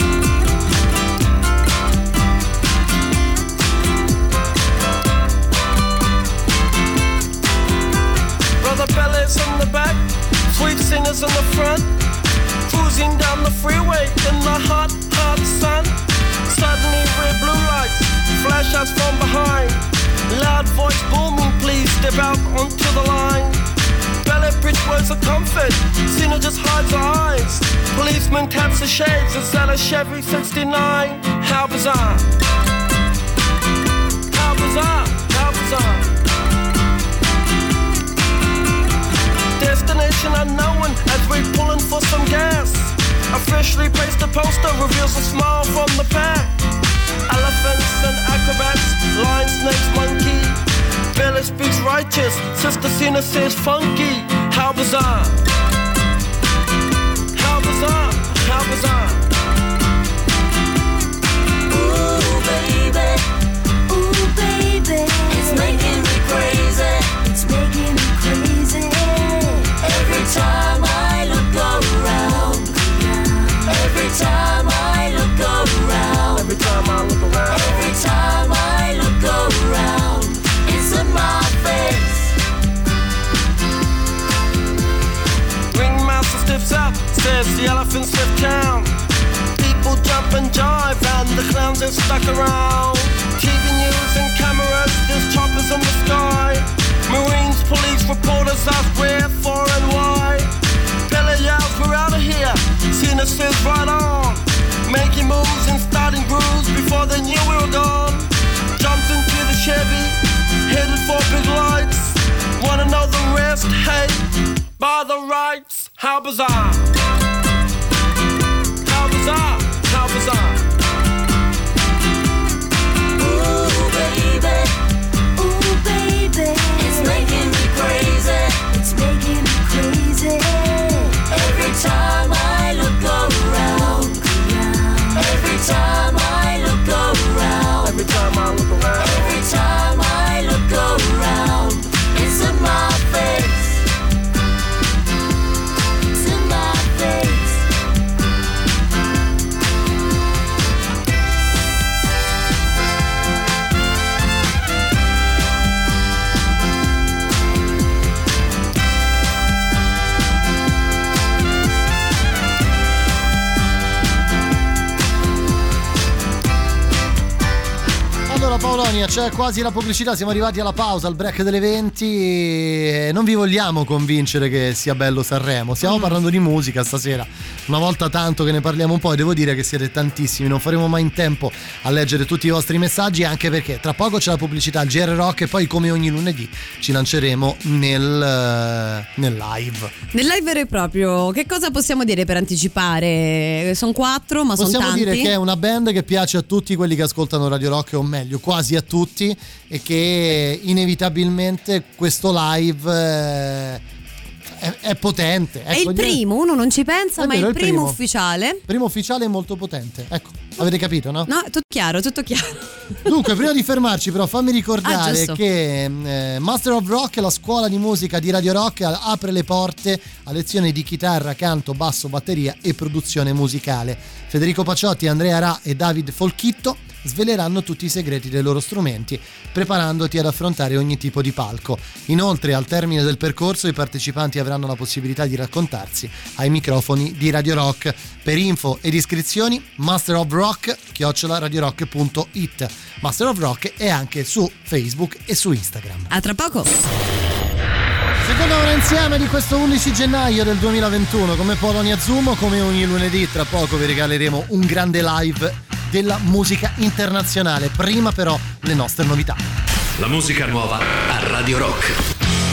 Brother Bellas in the back, sweet singers in the front, cruising down the freeway in the hot, hot sun. Suddenly red blue lights flash us from behind. Loud voice booming, please step out onto the line. Ballet bridge words of comfort, Cena just hides her eyes. Policeman taps the shades, is that a Chevy 69? How bizarre. How bizarre, how bizarre. Destination unknown as we're pulling for some gas. Officially placed a poster, reveals a smile from the pack. Elephants and acrobats, lion, snakes, monkey. Billy speaks righteous, Sister Cena says funky. How bizarre. How bizarre, how bizarre. Ooh baby, it's making me crazy. It's making me crazy. Every time I look around. Every time I look around. Every time I look around. Every time I look around. It's in my face. Ringmaster stiffs up, says the elephants left town. People jump and jive and the clowns are stuck around. TV news and cameras, there's choppers in the sky. Marines, police, reporters ask where, for and why. Pele yells, we're out of here. Cena says right on. Making moves and starting grooves before they knew we were gone. Jumped into the Chevy, headed for big lights. Wanna know the rest? Hey, by the rights. How bizarre. How bizarre, how bizarre. Ooh baby, it's making me crazy. It's making me crazy. Every time Polonia, c'è quasi la pubblicità, siamo arrivati alla pausa, al break delle 20 e non vi vogliamo convincere che sia bello Sanremo, stiamo parlando di musica stasera, una volta tanto che ne parliamo un po' e devo dire che siete tantissimi, non faremo mai in tempo a leggere tutti i vostri messaggi, anche perché tra poco c'è la pubblicità al GR Rock e poi come ogni lunedì ci lanceremo nel live. Nel live vero e proprio, che cosa possiamo dire per anticipare? Sono 4 ma sono tanti. Possiamo dire che è una band che piace a tutti quelli che ascoltano Radio Rock, o meglio quasi a tutti, e che inevitabilmente questo live è potente. È il primo, uno non ci pensa, ma è il primo ufficiale. Primo ufficiale è molto potente, ecco, avete capito, no? No, tutto chiaro. Dunque, prima di fermarci però fammi ricordare che Master of Rock, la scuola di musica di Radio Rock, apre le porte a lezioni di chitarra, canto, basso, batteria e produzione musicale. Federico Paciotti, Andrea Ra e David Folchitto sveleranno tutti i segreti dei loro strumenti, preparandoti ad affrontare ogni tipo di palco. Inoltre, al termine del percorso, i partecipanti avranno la possibilità di raccontarsi ai microfoni di Radio Rock. Per info ed iscrizioni, masterofrock@radiorock.it. Master of Rock è anche su Facebook e su Instagram. A tra poco. Seconda ora insieme di questo 11 gennaio del 2021, come Polonia Zumo, come ogni lunedì, tra poco vi regaleremo un grande live della musica internazionale. Prima però le nostre novità. La musica nuova a Radio Rock.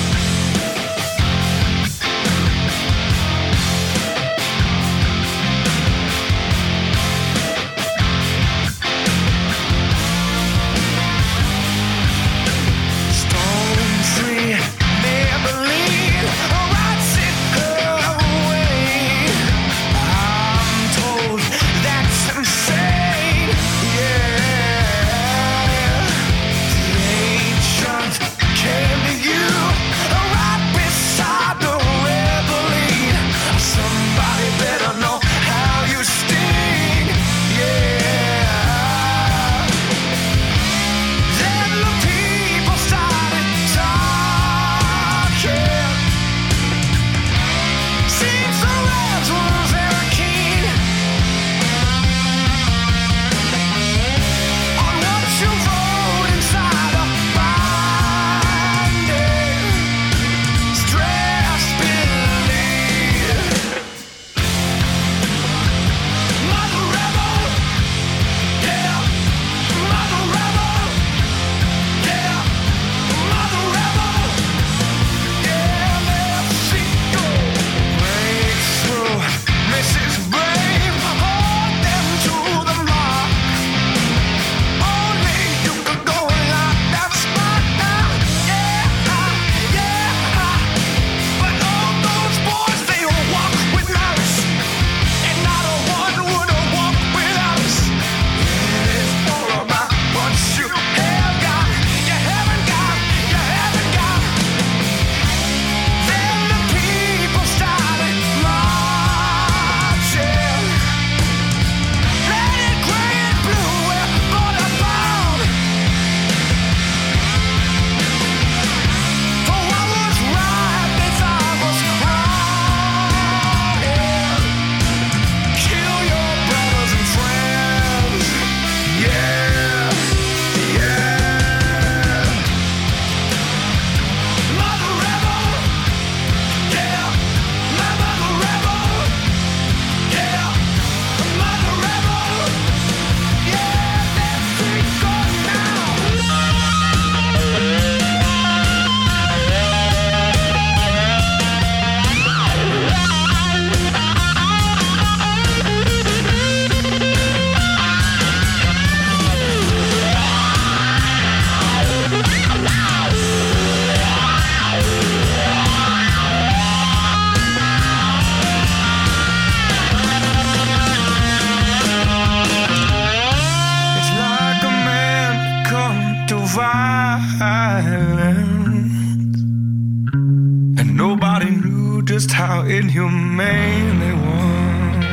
just how inhumane they was.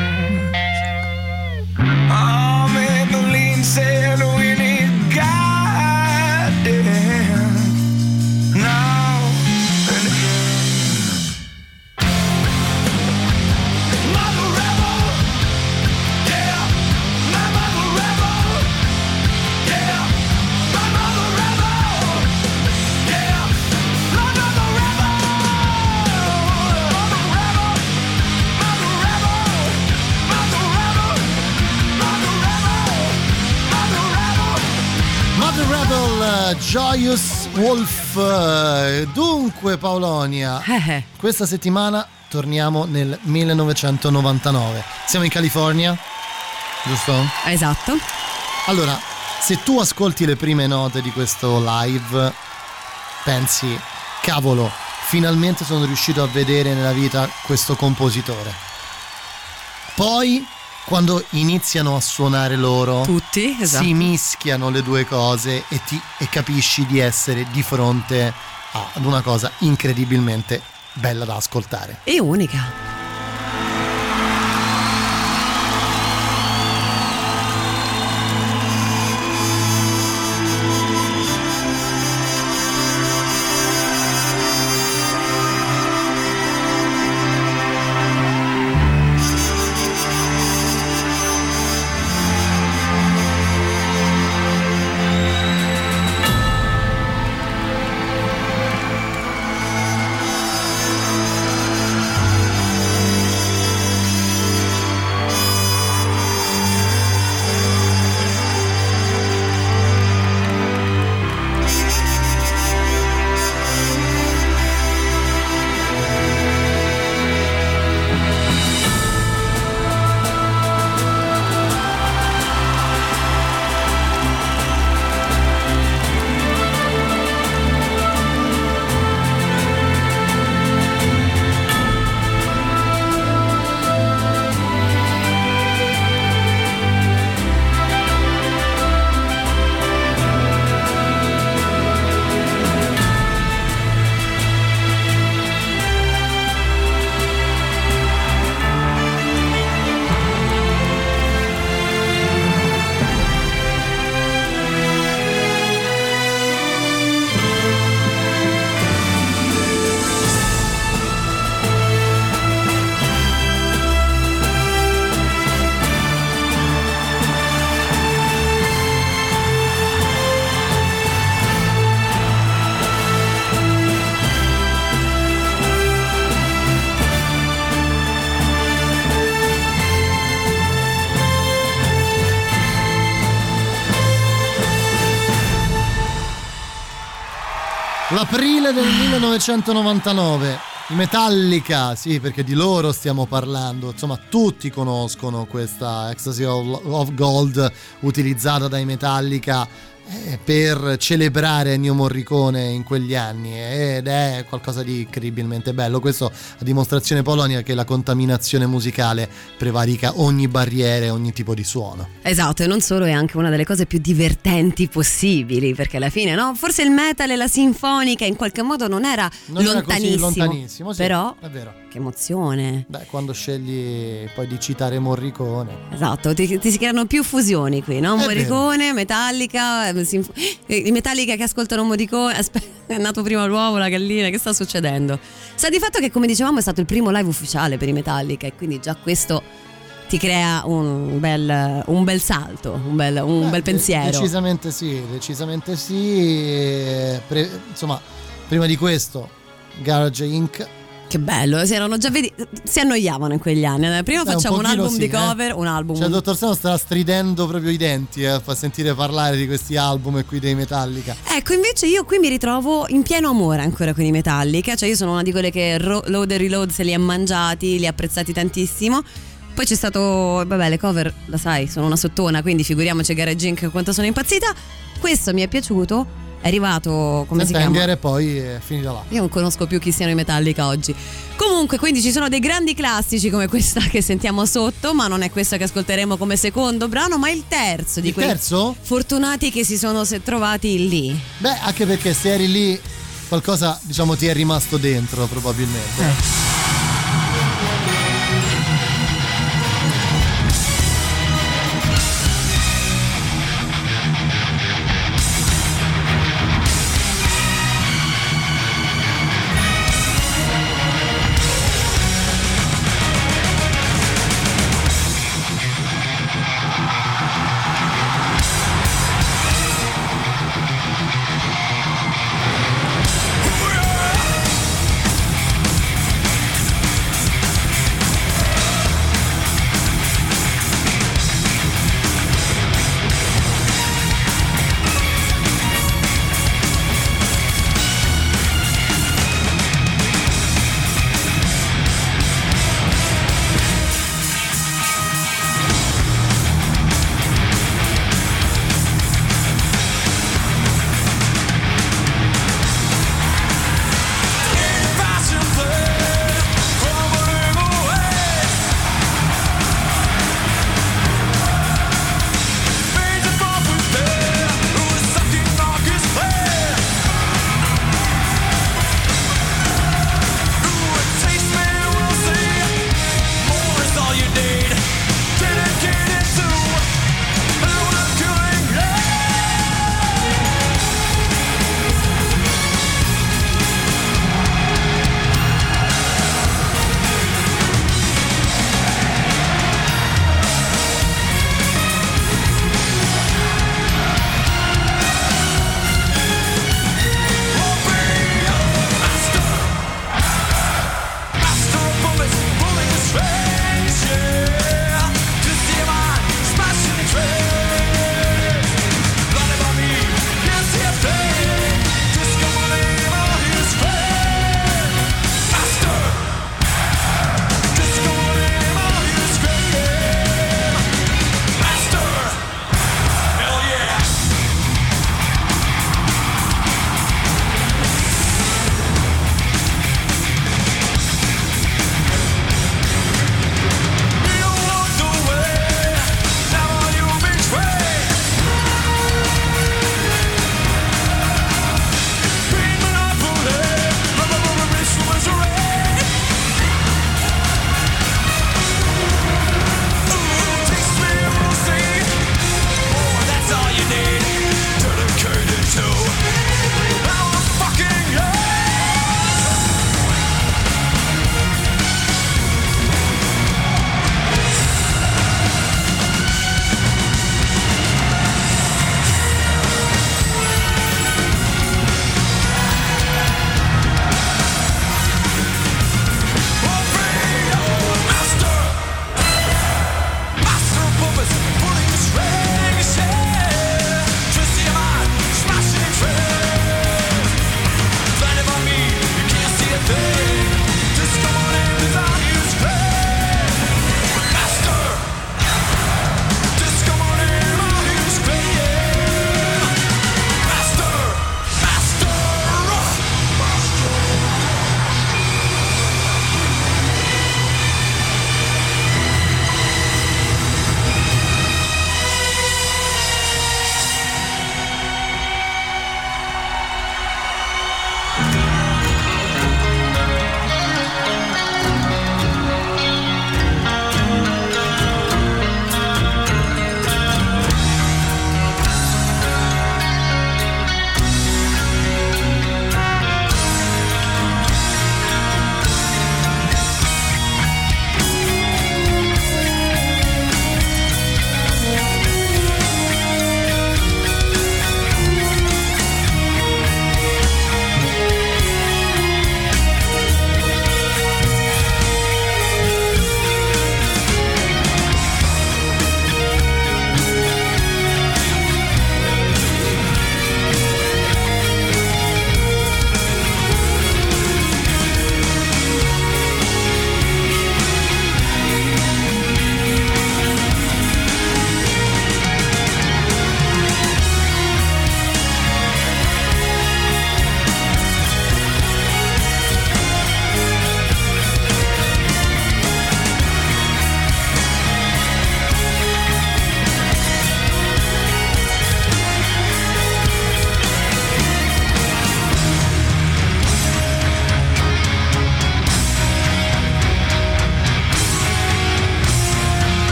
Oh, Maybelline said we need guidance now and again. Mother rebel, yeah, my mother rebel, yeah, my mother Joyous Wolf. Dunque Paolonia, questa settimana torniamo nel 1999. Siamo in California, giusto? Esatto. Allora, se tu ascolti le prime note di questo live, pensi, cavolo, finalmente sono riuscito a vedere nella vita questo compositore. Poi, quando iniziano a suonare loro, tutti, esatto, si mischiano le due cose e capisci di essere di fronte ad una cosa incredibilmente bella da ascoltare. E unica. L'aprile del 1999, i Metallica, sì, perché di loro stiamo parlando, insomma tutti conoscono questa Ecstasy of Gold utilizzata dai Metallica per celebrare Ennio Morricone in quegli anni, ed è qualcosa di incredibilmente bello. Questo a dimostrazione, Paolonia, che la contaminazione musicale prevarica ogni barriera, ogni tipo di suono. Esatto, e non solo, è anche una delle cose più divertenti possibili, perché alla fine, no, forse il metal e la sinfonica in qualche modo non era lontanissimo, sì, però è vero. Che emozione. Beh, quando scegli poi di citare Morricone. Esatto, ti si creano più fusioni qui, no? Morricone, Metallica, i Metallica che ascoltano Morricone. Aspetta, è nato prima l'uovo, la gallina, che sta succedendo? Sta di fatto che, come dicevamo, è stato il primo live ufficiale per i Metallica, e quindi già questo ti crea un bel salto, un bel pensiero. Decisamente sì. Insomma, prima di questo Garage Inc. Che bello, si annoiavano in quegli anni. Prima facciamo un album di cover, un album. Cioè il dottor Sano sta stridendo proprio i denti a far sentire parlare di questi album e qui dei Metallica. Ecco, invece io qui mi ritrovo in pieno amore ancora con i Metallica. Cioè io sono una di quelle che Load e Reload se li ha mangiati, li ha apprezzati tantissimo. Poi c'è stato, vabbè, le cover, la sai, sono una sottona, quindi figuriamoci Garage Inc. quanto sono impazzita. Questo mi è piaciuto. È arrivato, come si chiama? E poi è finita là. Io non conosco più chi siano i Metallica oggi. Comunque, quindi ci sono dei grandi classici come questa che sentiamo sotto, ma non è questa che ascolteremo come secondo brano, ma il terzo di quelli fortunati che si sono trovati lì. Beh, anche perché se eri lì qualcosa, diciamo, ti è rimasto dentro probabilmente.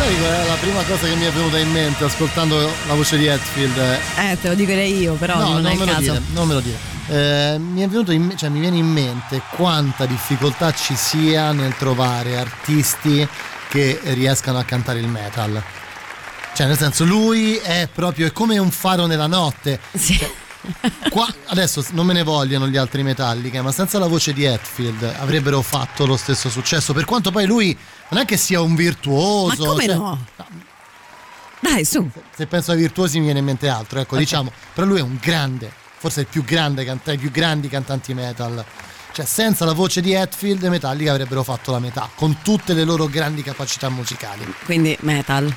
Sai qual è la prima cosa che mi è venuta in mente ascoltando la voce di Hetfield? Te lo direi io, però no, non è il caso. Non me lo dire. Mi viene in mente quanta difficoltà ci sia nel trovare artisti che riescano a cantare il metal. Cioè, nel senso, lui è come un faro nella notte. Sì. Cioè, adesso non me ne vogliono gli altri Metallica, ma senza la voce di Hetfield avrebbero fatto lo stesso successo, per quanto poi lui non è che sia un virtuoso. Ma come no? Dai, su. Se penso ai virtuosi mi viene in mente altro, ecco, okay. Diciamo, però lui è un grande, forse il più grande tra i più grandi cantanti metal. Cioè, senza la voce di Hetfield, Metallica avrebbero fatto la metà, con tutte le loro grandi capacità musicali. Quindi metal.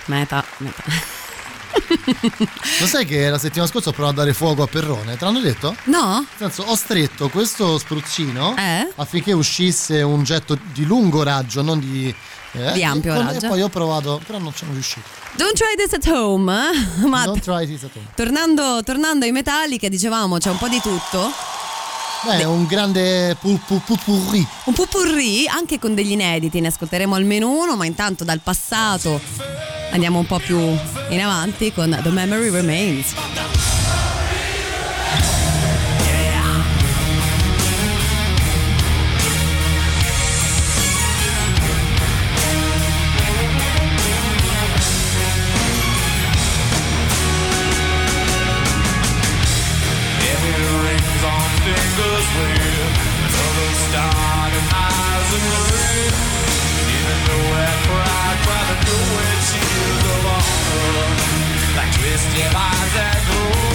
Lo sai che la settimana scorsa ho provato a dare fuoco a Perrone? Te l'hanno detto? No. Nel senso, ho stretto questo spruzzino affinché uscisse un getto di lungo raggio, non di ampio raggio. E poi ho provato, però non ci sono riuscito. Don't try this at home. Don't try this at home. Tornando ai Metallica, dicevamo, c'è un po' di tutto. Beh, un grande pupurri. Un pupurri anche con degli inediti, ne ascolteremo almeno uno, ma intanto dal passato andiamo un po' più in avanti con The Memory Remains. Twisted eyes that glow.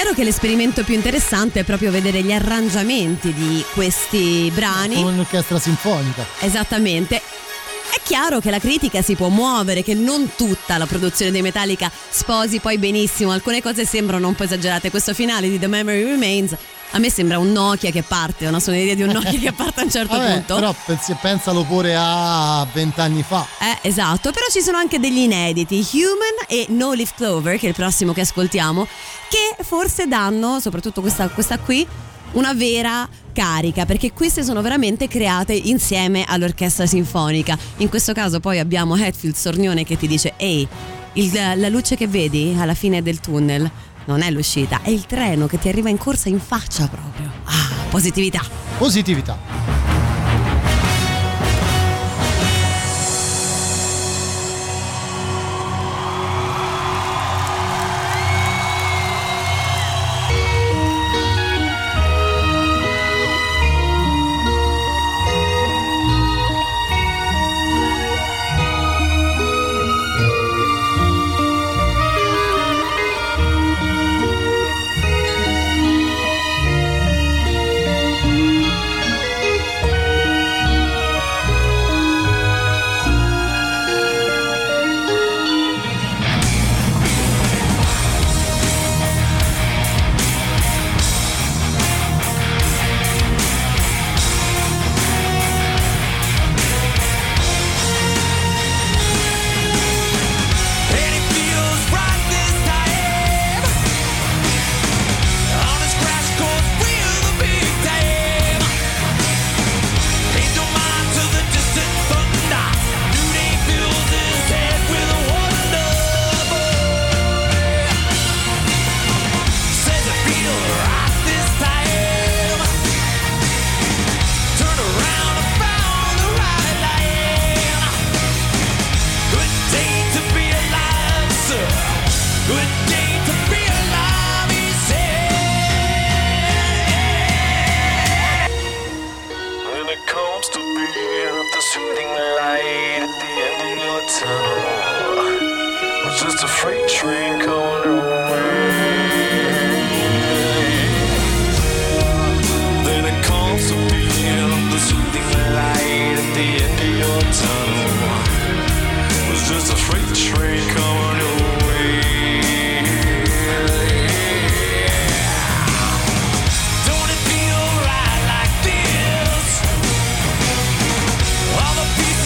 chiaro che l'esperimento più interessante è proprio vedere gli arrangiamenti di questi brani. Come un'orchestra sinfonica. Esattamente. È chiaro che la critica si può muovere, che non tutta la produzione dei Metallica sposi poi benissimo, alcune cose sembrano un po' esagerate. Questo finale di The Memory Remains a me sembra un Nokia che parte, una suoneria di un Nokia che parte a un certo punto. Però pensalo pure a 20 anni fa. Esatto, però ci sono anche degli inediti, Human e No Leaf Clover, che è il prossimo che ascoltiamo, che forse danno, soprattutto questa qui, una vera carica, perché queste sono veramente create insieme all'orchestra sinfonica. In questo caso poi abbiamo Hetfield Sornione che ti dice: ehi, la luce che vedi alla fine del tunnel non è l'uscita, è il treno che ti arriva in corsa in faccia proprio. Positività.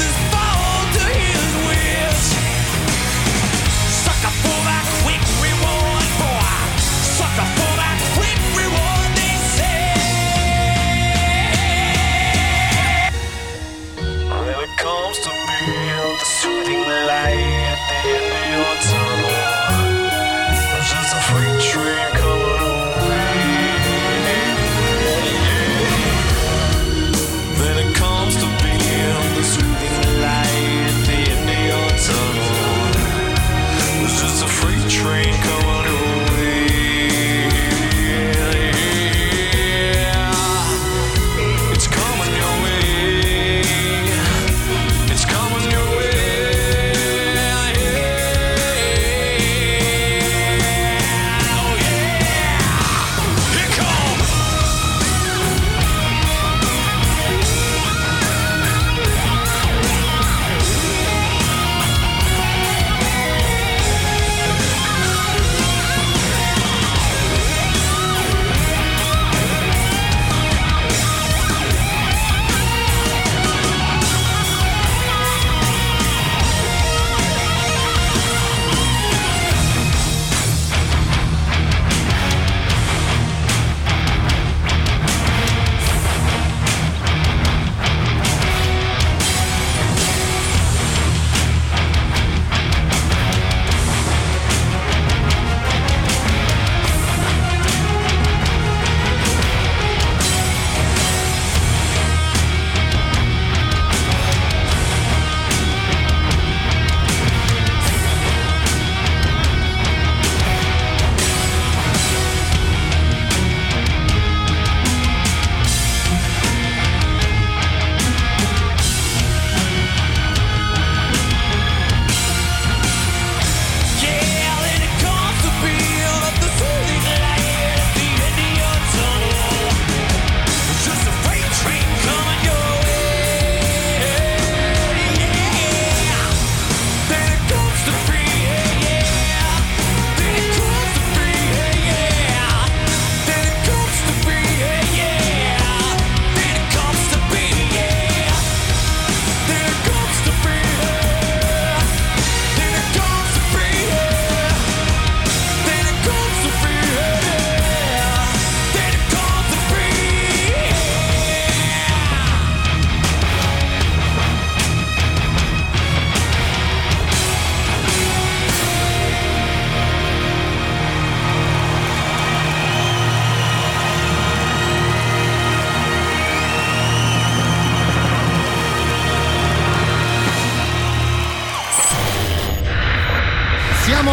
Quick rewind.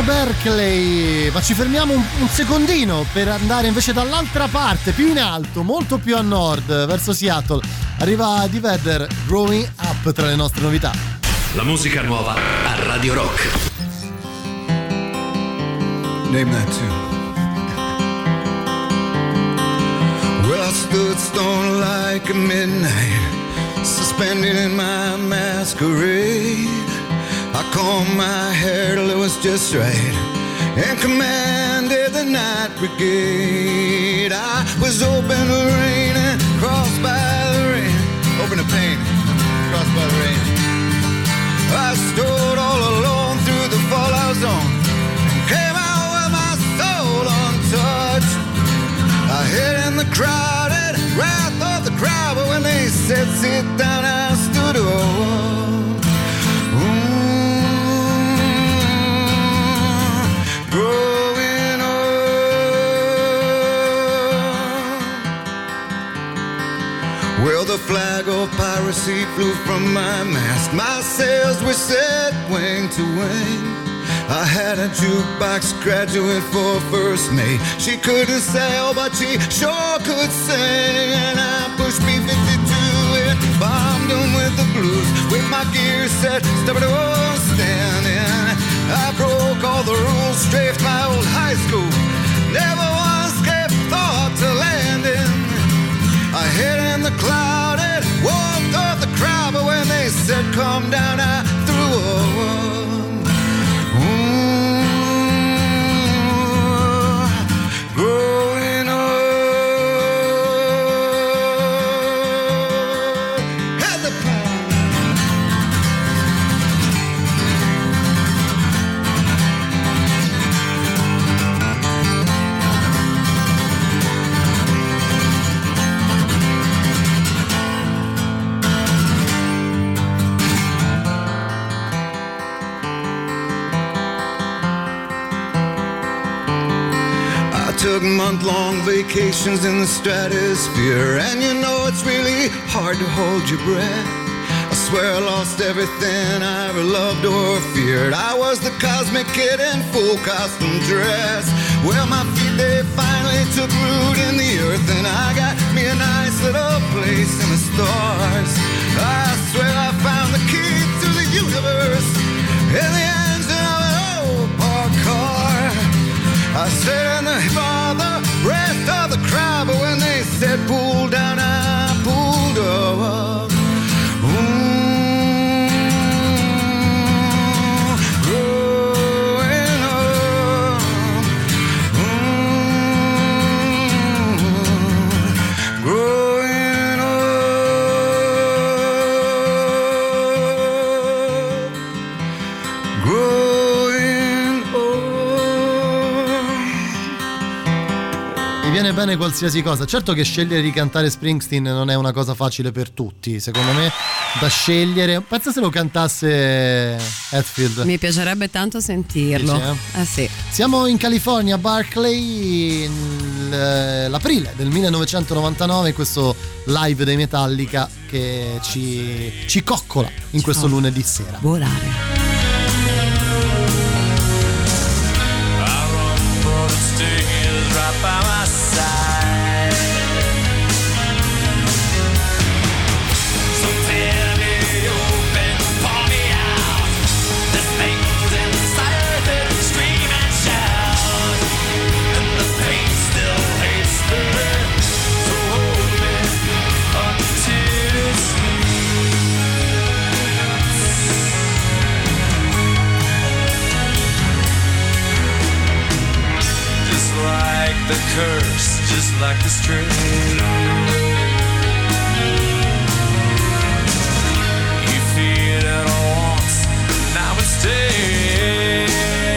Berkeley, ma ci fermiamo un secondino per andare invece dall'altra parte, più in alto, molto più a nord, verso Seattle. Arriva Eddie Vedder, Growing Up, tra le nostre novità. La musica nuova a Radio Rock. Name that tune. Well, I stood stone like a midnight, suspended in my masquerade. I combed my hair till it was just right and commanded the night brigade. I was open to rain and crossed by the rain. Open to pain, crossed by the rain. I stood all alone through the fallout zone and came out with my soul untouched. I hid in the crowded wrath of the crowd, but when they said sit down, I stood up. Growing up. Well, the flag of piracy flew from my mast. My sails were set wing to wing. I had a jukebox graduate for first mate. She couldn't sail, but she sure could sing. And I pushed B-52 and bombed them with the blues. With my gear set, stepping on standing. I broke all the rules, strafed my old high school. Never once gave thought to landing. I hid in the cloud and walked off the crowd, but when they said come down, I threw a growing up. Had the took month-long vacations in the stratosphere, and you know it's really hard to hold your breath. I swear I lost everything I ever loved or feared. I was the cosmic kid in full costume dress. Well, my feet, they finally took root in the earth, and I got me a nice little place in the stars. I swear I found the key to the universe in the engine of an old parked car. I said in the father, rest of the crowd, but when they said pull down, I pulled up. Growing up, growing up, growing up. Mi viene bene qualsiasi cosa. Certo che scegliere di cantare Springsteen non è una cosa facile per tutti, secondo me, da scegliere. Pensa se lo cantasse Hetfield. Mi piacerebbe tanto sentirlo. Dici, sì. Siamo in California, Berkeley, l'aprile del 1999, questo live dei Metallica che ci coccola in questo lunedì sera. Volare. Right by my side. So tear me open, pour me out. This thing's inside that scream and shout, and the pain still hates me. So hold me until it sleeps. Just like the curse, just like the strain. You feel it once, now it stays.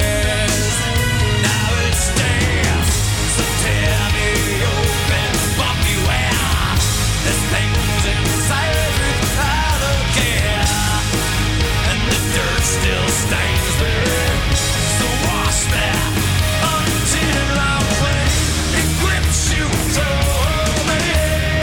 Now it stays. So tear me open, but beware. This thing's inside without a care, and the dirt still stains there. So wash that until I'm it grips you so bad.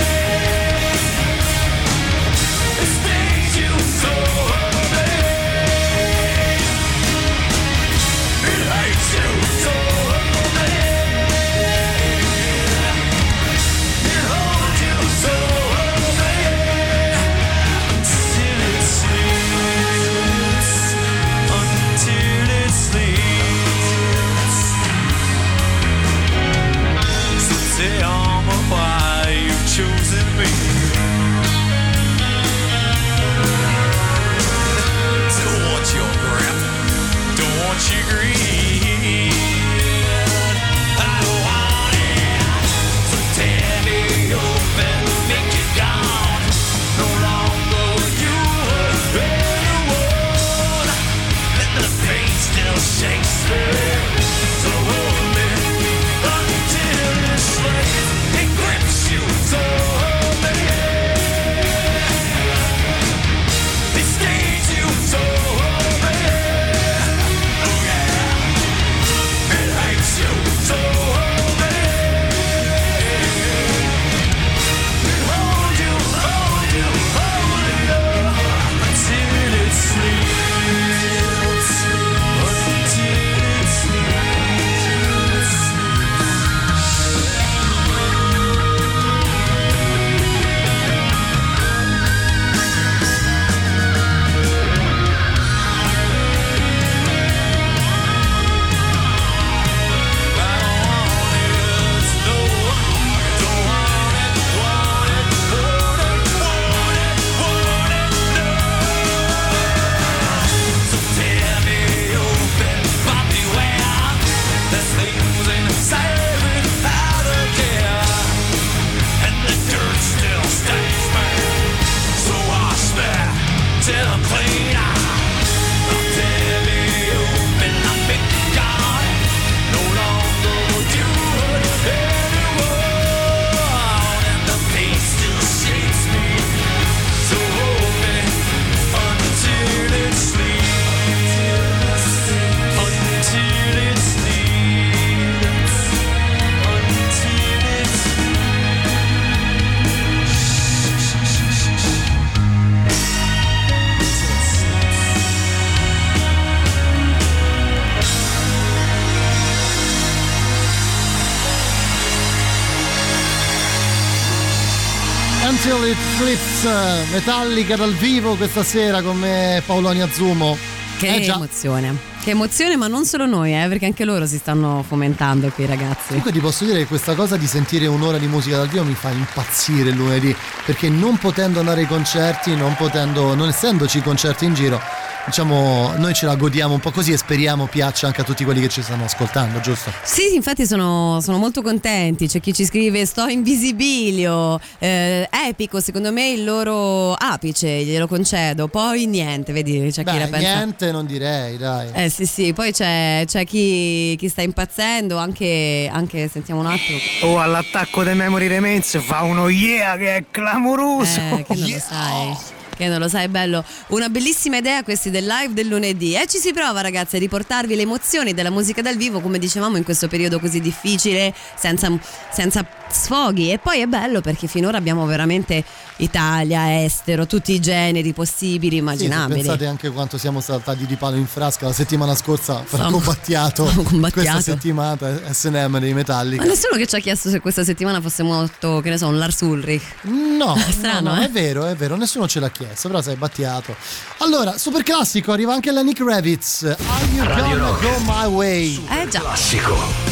Until It Flips, Metallica dal vivo questa sera con me Paolonia Zumo. Che emozione, ma non solo noi, perché anche loro si stanno fomentando qui, ragazzi. Comunque ti posso dire che questa cosa di sentire un'ora di musica dal vivo mi fa impazzire il lunedì, perché non potendo andare ai concerti, non essendoci concerti in giro, diciamo, noi ce la godiamo un po' così e speriamo piaccia anche a tutti quelli che ci stanno ascoltando, giusto? Sì, infatti sono molto contenti. C'è chi ci scrive: sto in Visibilio, epico secondo me il loro apice, glielo concedo. Poi niente, vedi, c'è chi la pensa. Niente non direi, dai. Sì, poi c'è chi sta impazzendo, anche sentiamo un attimo. All'attacco dei Memory Remains fa uno yeah che è clamoroso. Che non lo sai. Che non lo sai, bello. Una bellissima idea questi del live del lunedì. E ci si prova, ragazzi, a riportarvi le emozioni della musica dal vivo, come dicevamo, in questo periodo così difficile, senza sfoghi. E poi è bello perché finora abbiamo veramente Italia, estero, tutti i generi possibili, immaginabili. Sì, pensate anche quanto siamo saltati di palo in frasca la settimana scorsa per combattiato questa settimana S&M dei Metallica. Ma nessuno che ci ha chiesto se questa settimana fosse molto, che ne so, un Lars Ulrich. No, strano, no, è vero, nessuno ce l'ha chiesto, però sei battiato. Allora, super classico, arriva anche Lenny Kravitz. Are you gonna go my way? Già. Classico.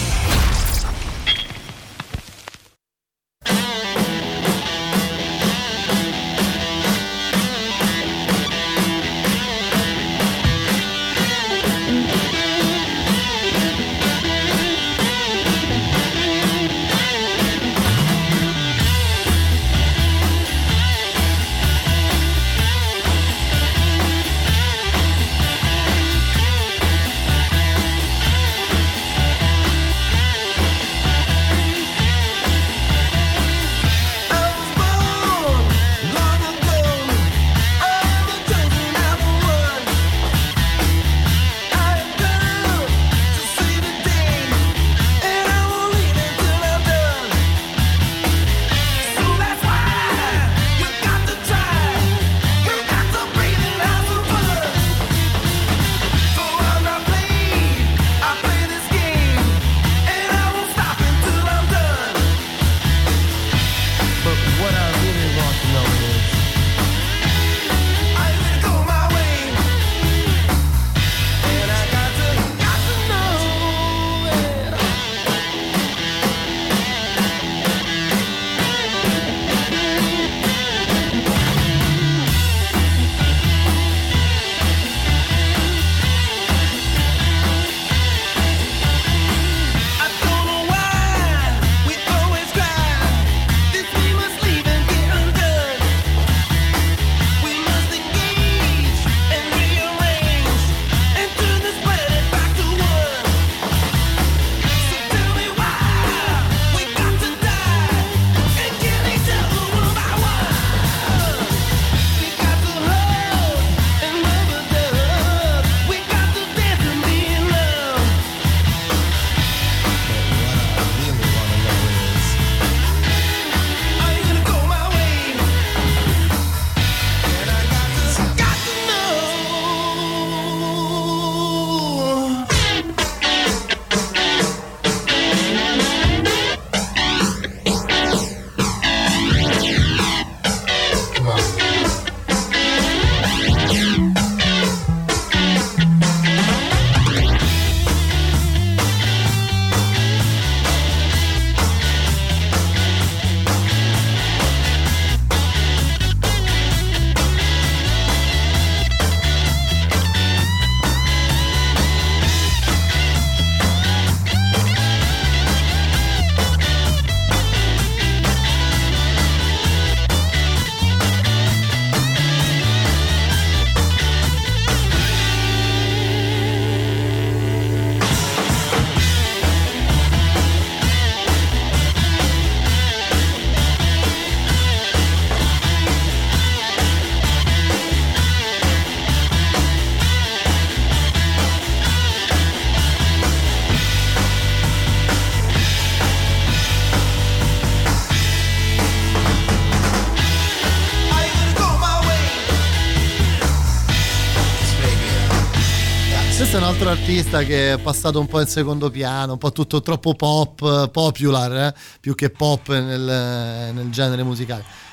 Questo è un altro artista che è passato un po' in secondo piano, un po' tutto troppo popular, più che pop nel genere musicale.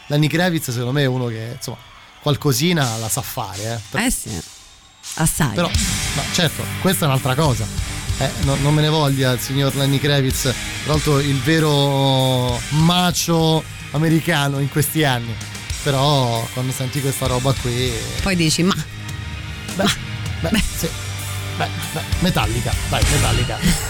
Lenny Kravitz secondo me è uno che insomma qualcosina la sa fare. Sì, assai. Però, ma certo, questa è un'altra cosa. Non me ne voglia il signor Lenny Kravitz, tra l'altro il vero macho americano in questi anni. Però quando senti questa roba qui poi dici sì. Metallica, dai, Metallica.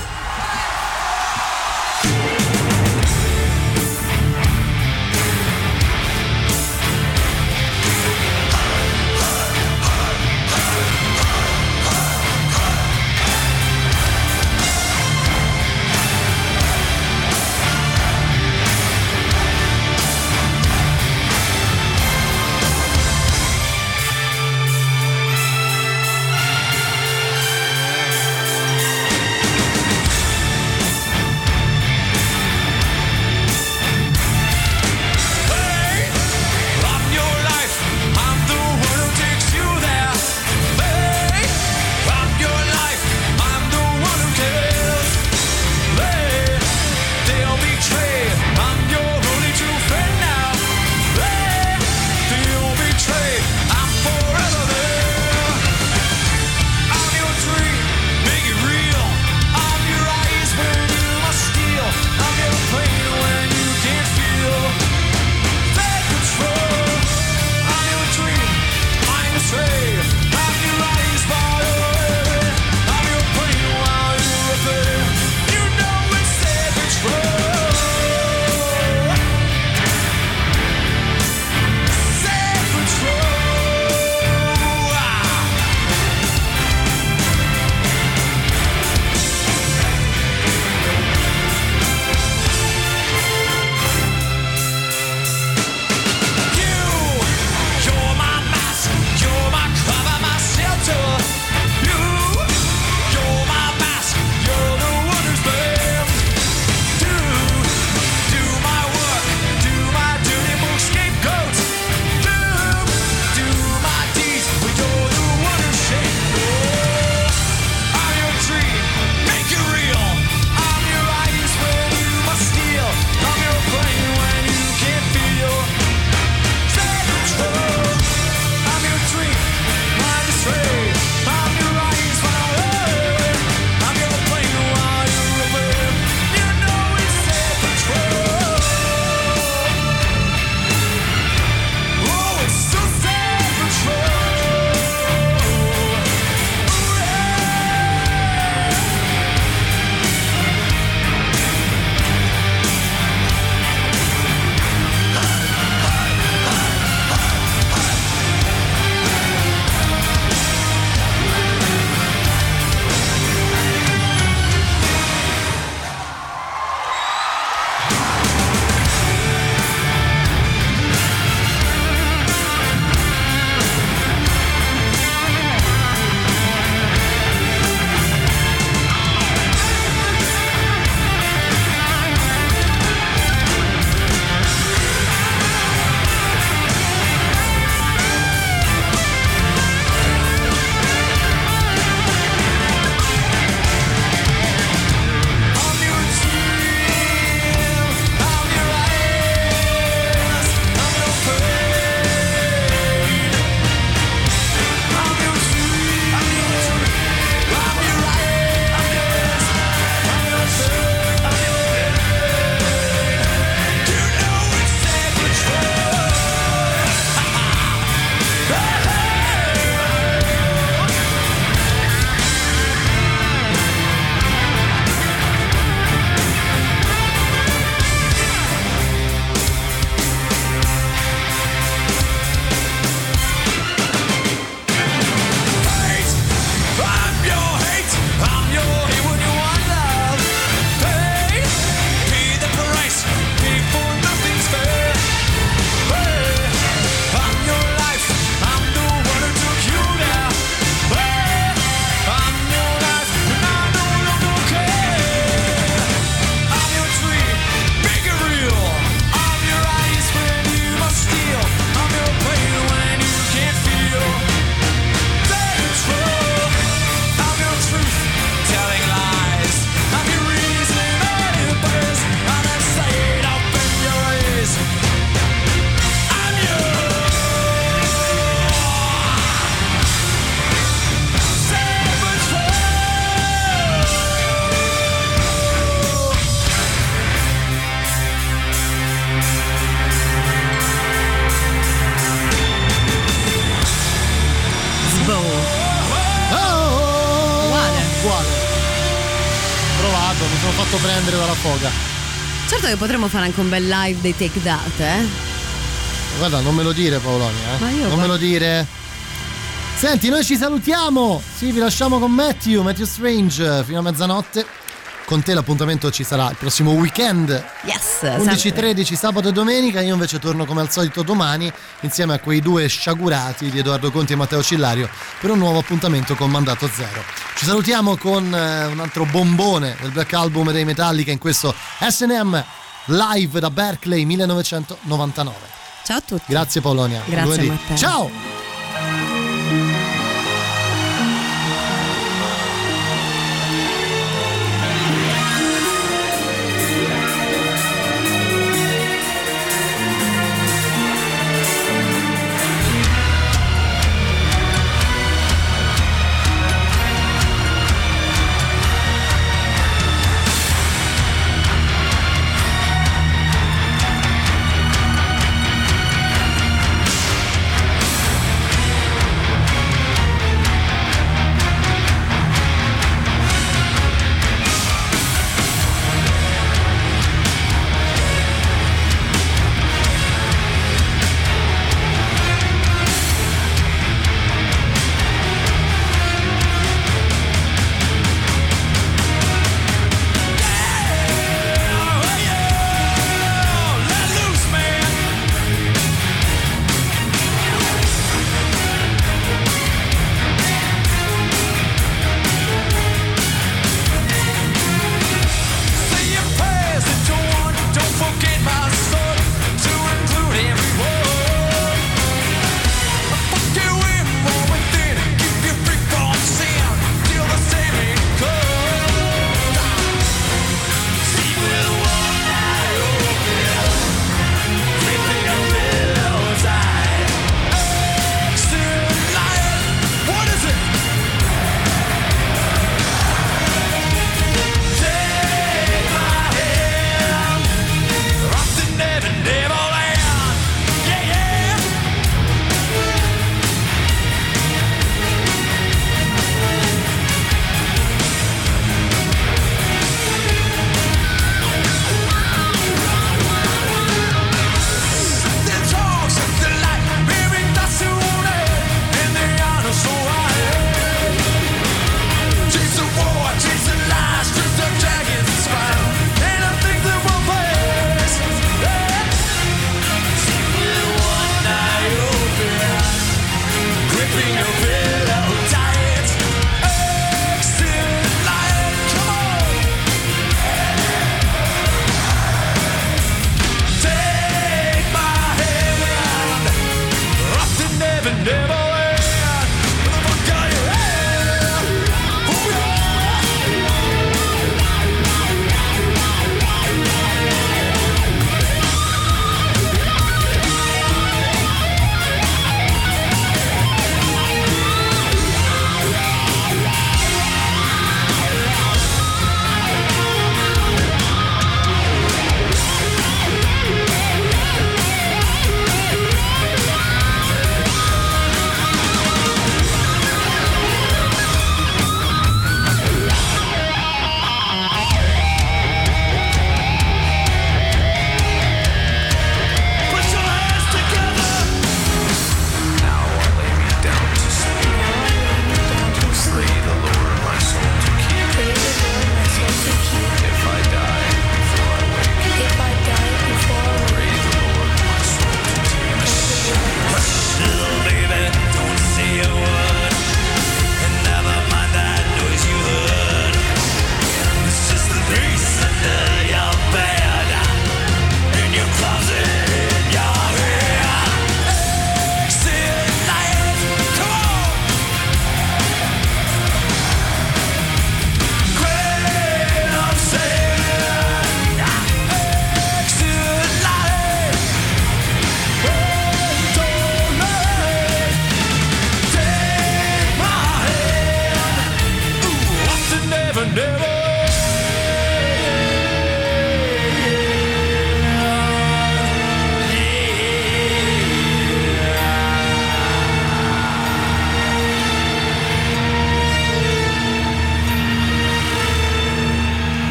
mi sono fatto prendere dalla foga. Certo che potremmo fare anche un bel live dei Take That, Guarda, non me lo dire Paolonia, Ma io non me lo dire. Senti, noi ci salutiamo. Sì, vi lasciamo con Matthew Strange fino a mezzanotte. Con te l'appuntamento ci sarà il prossimo weekend. Yes, 11-13 sabato e domenica. Io invece torno come al solito domani insieme a quei due sciagurati di Edoardo Conti e Matteo Cillario per un nuovo appuntamento con Mandato Zero. Ci salutiamo con un altro bombone del Black Album dei Metallica, in questo S&M live da Berkeley 1999. Ciao a tutti. Grazie Paolonia. Grazie Matteo. Ciao.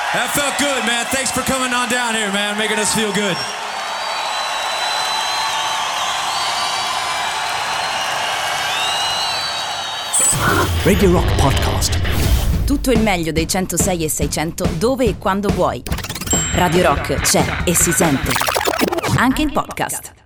That felt good, man. Thanks for coming on down here, man. Making us feel good. Radio Rock Podcast. Tutto il meglio dei 106 e 600 dove e quando vuoi. Radio Rock c'è e si sente. Anche in podcast.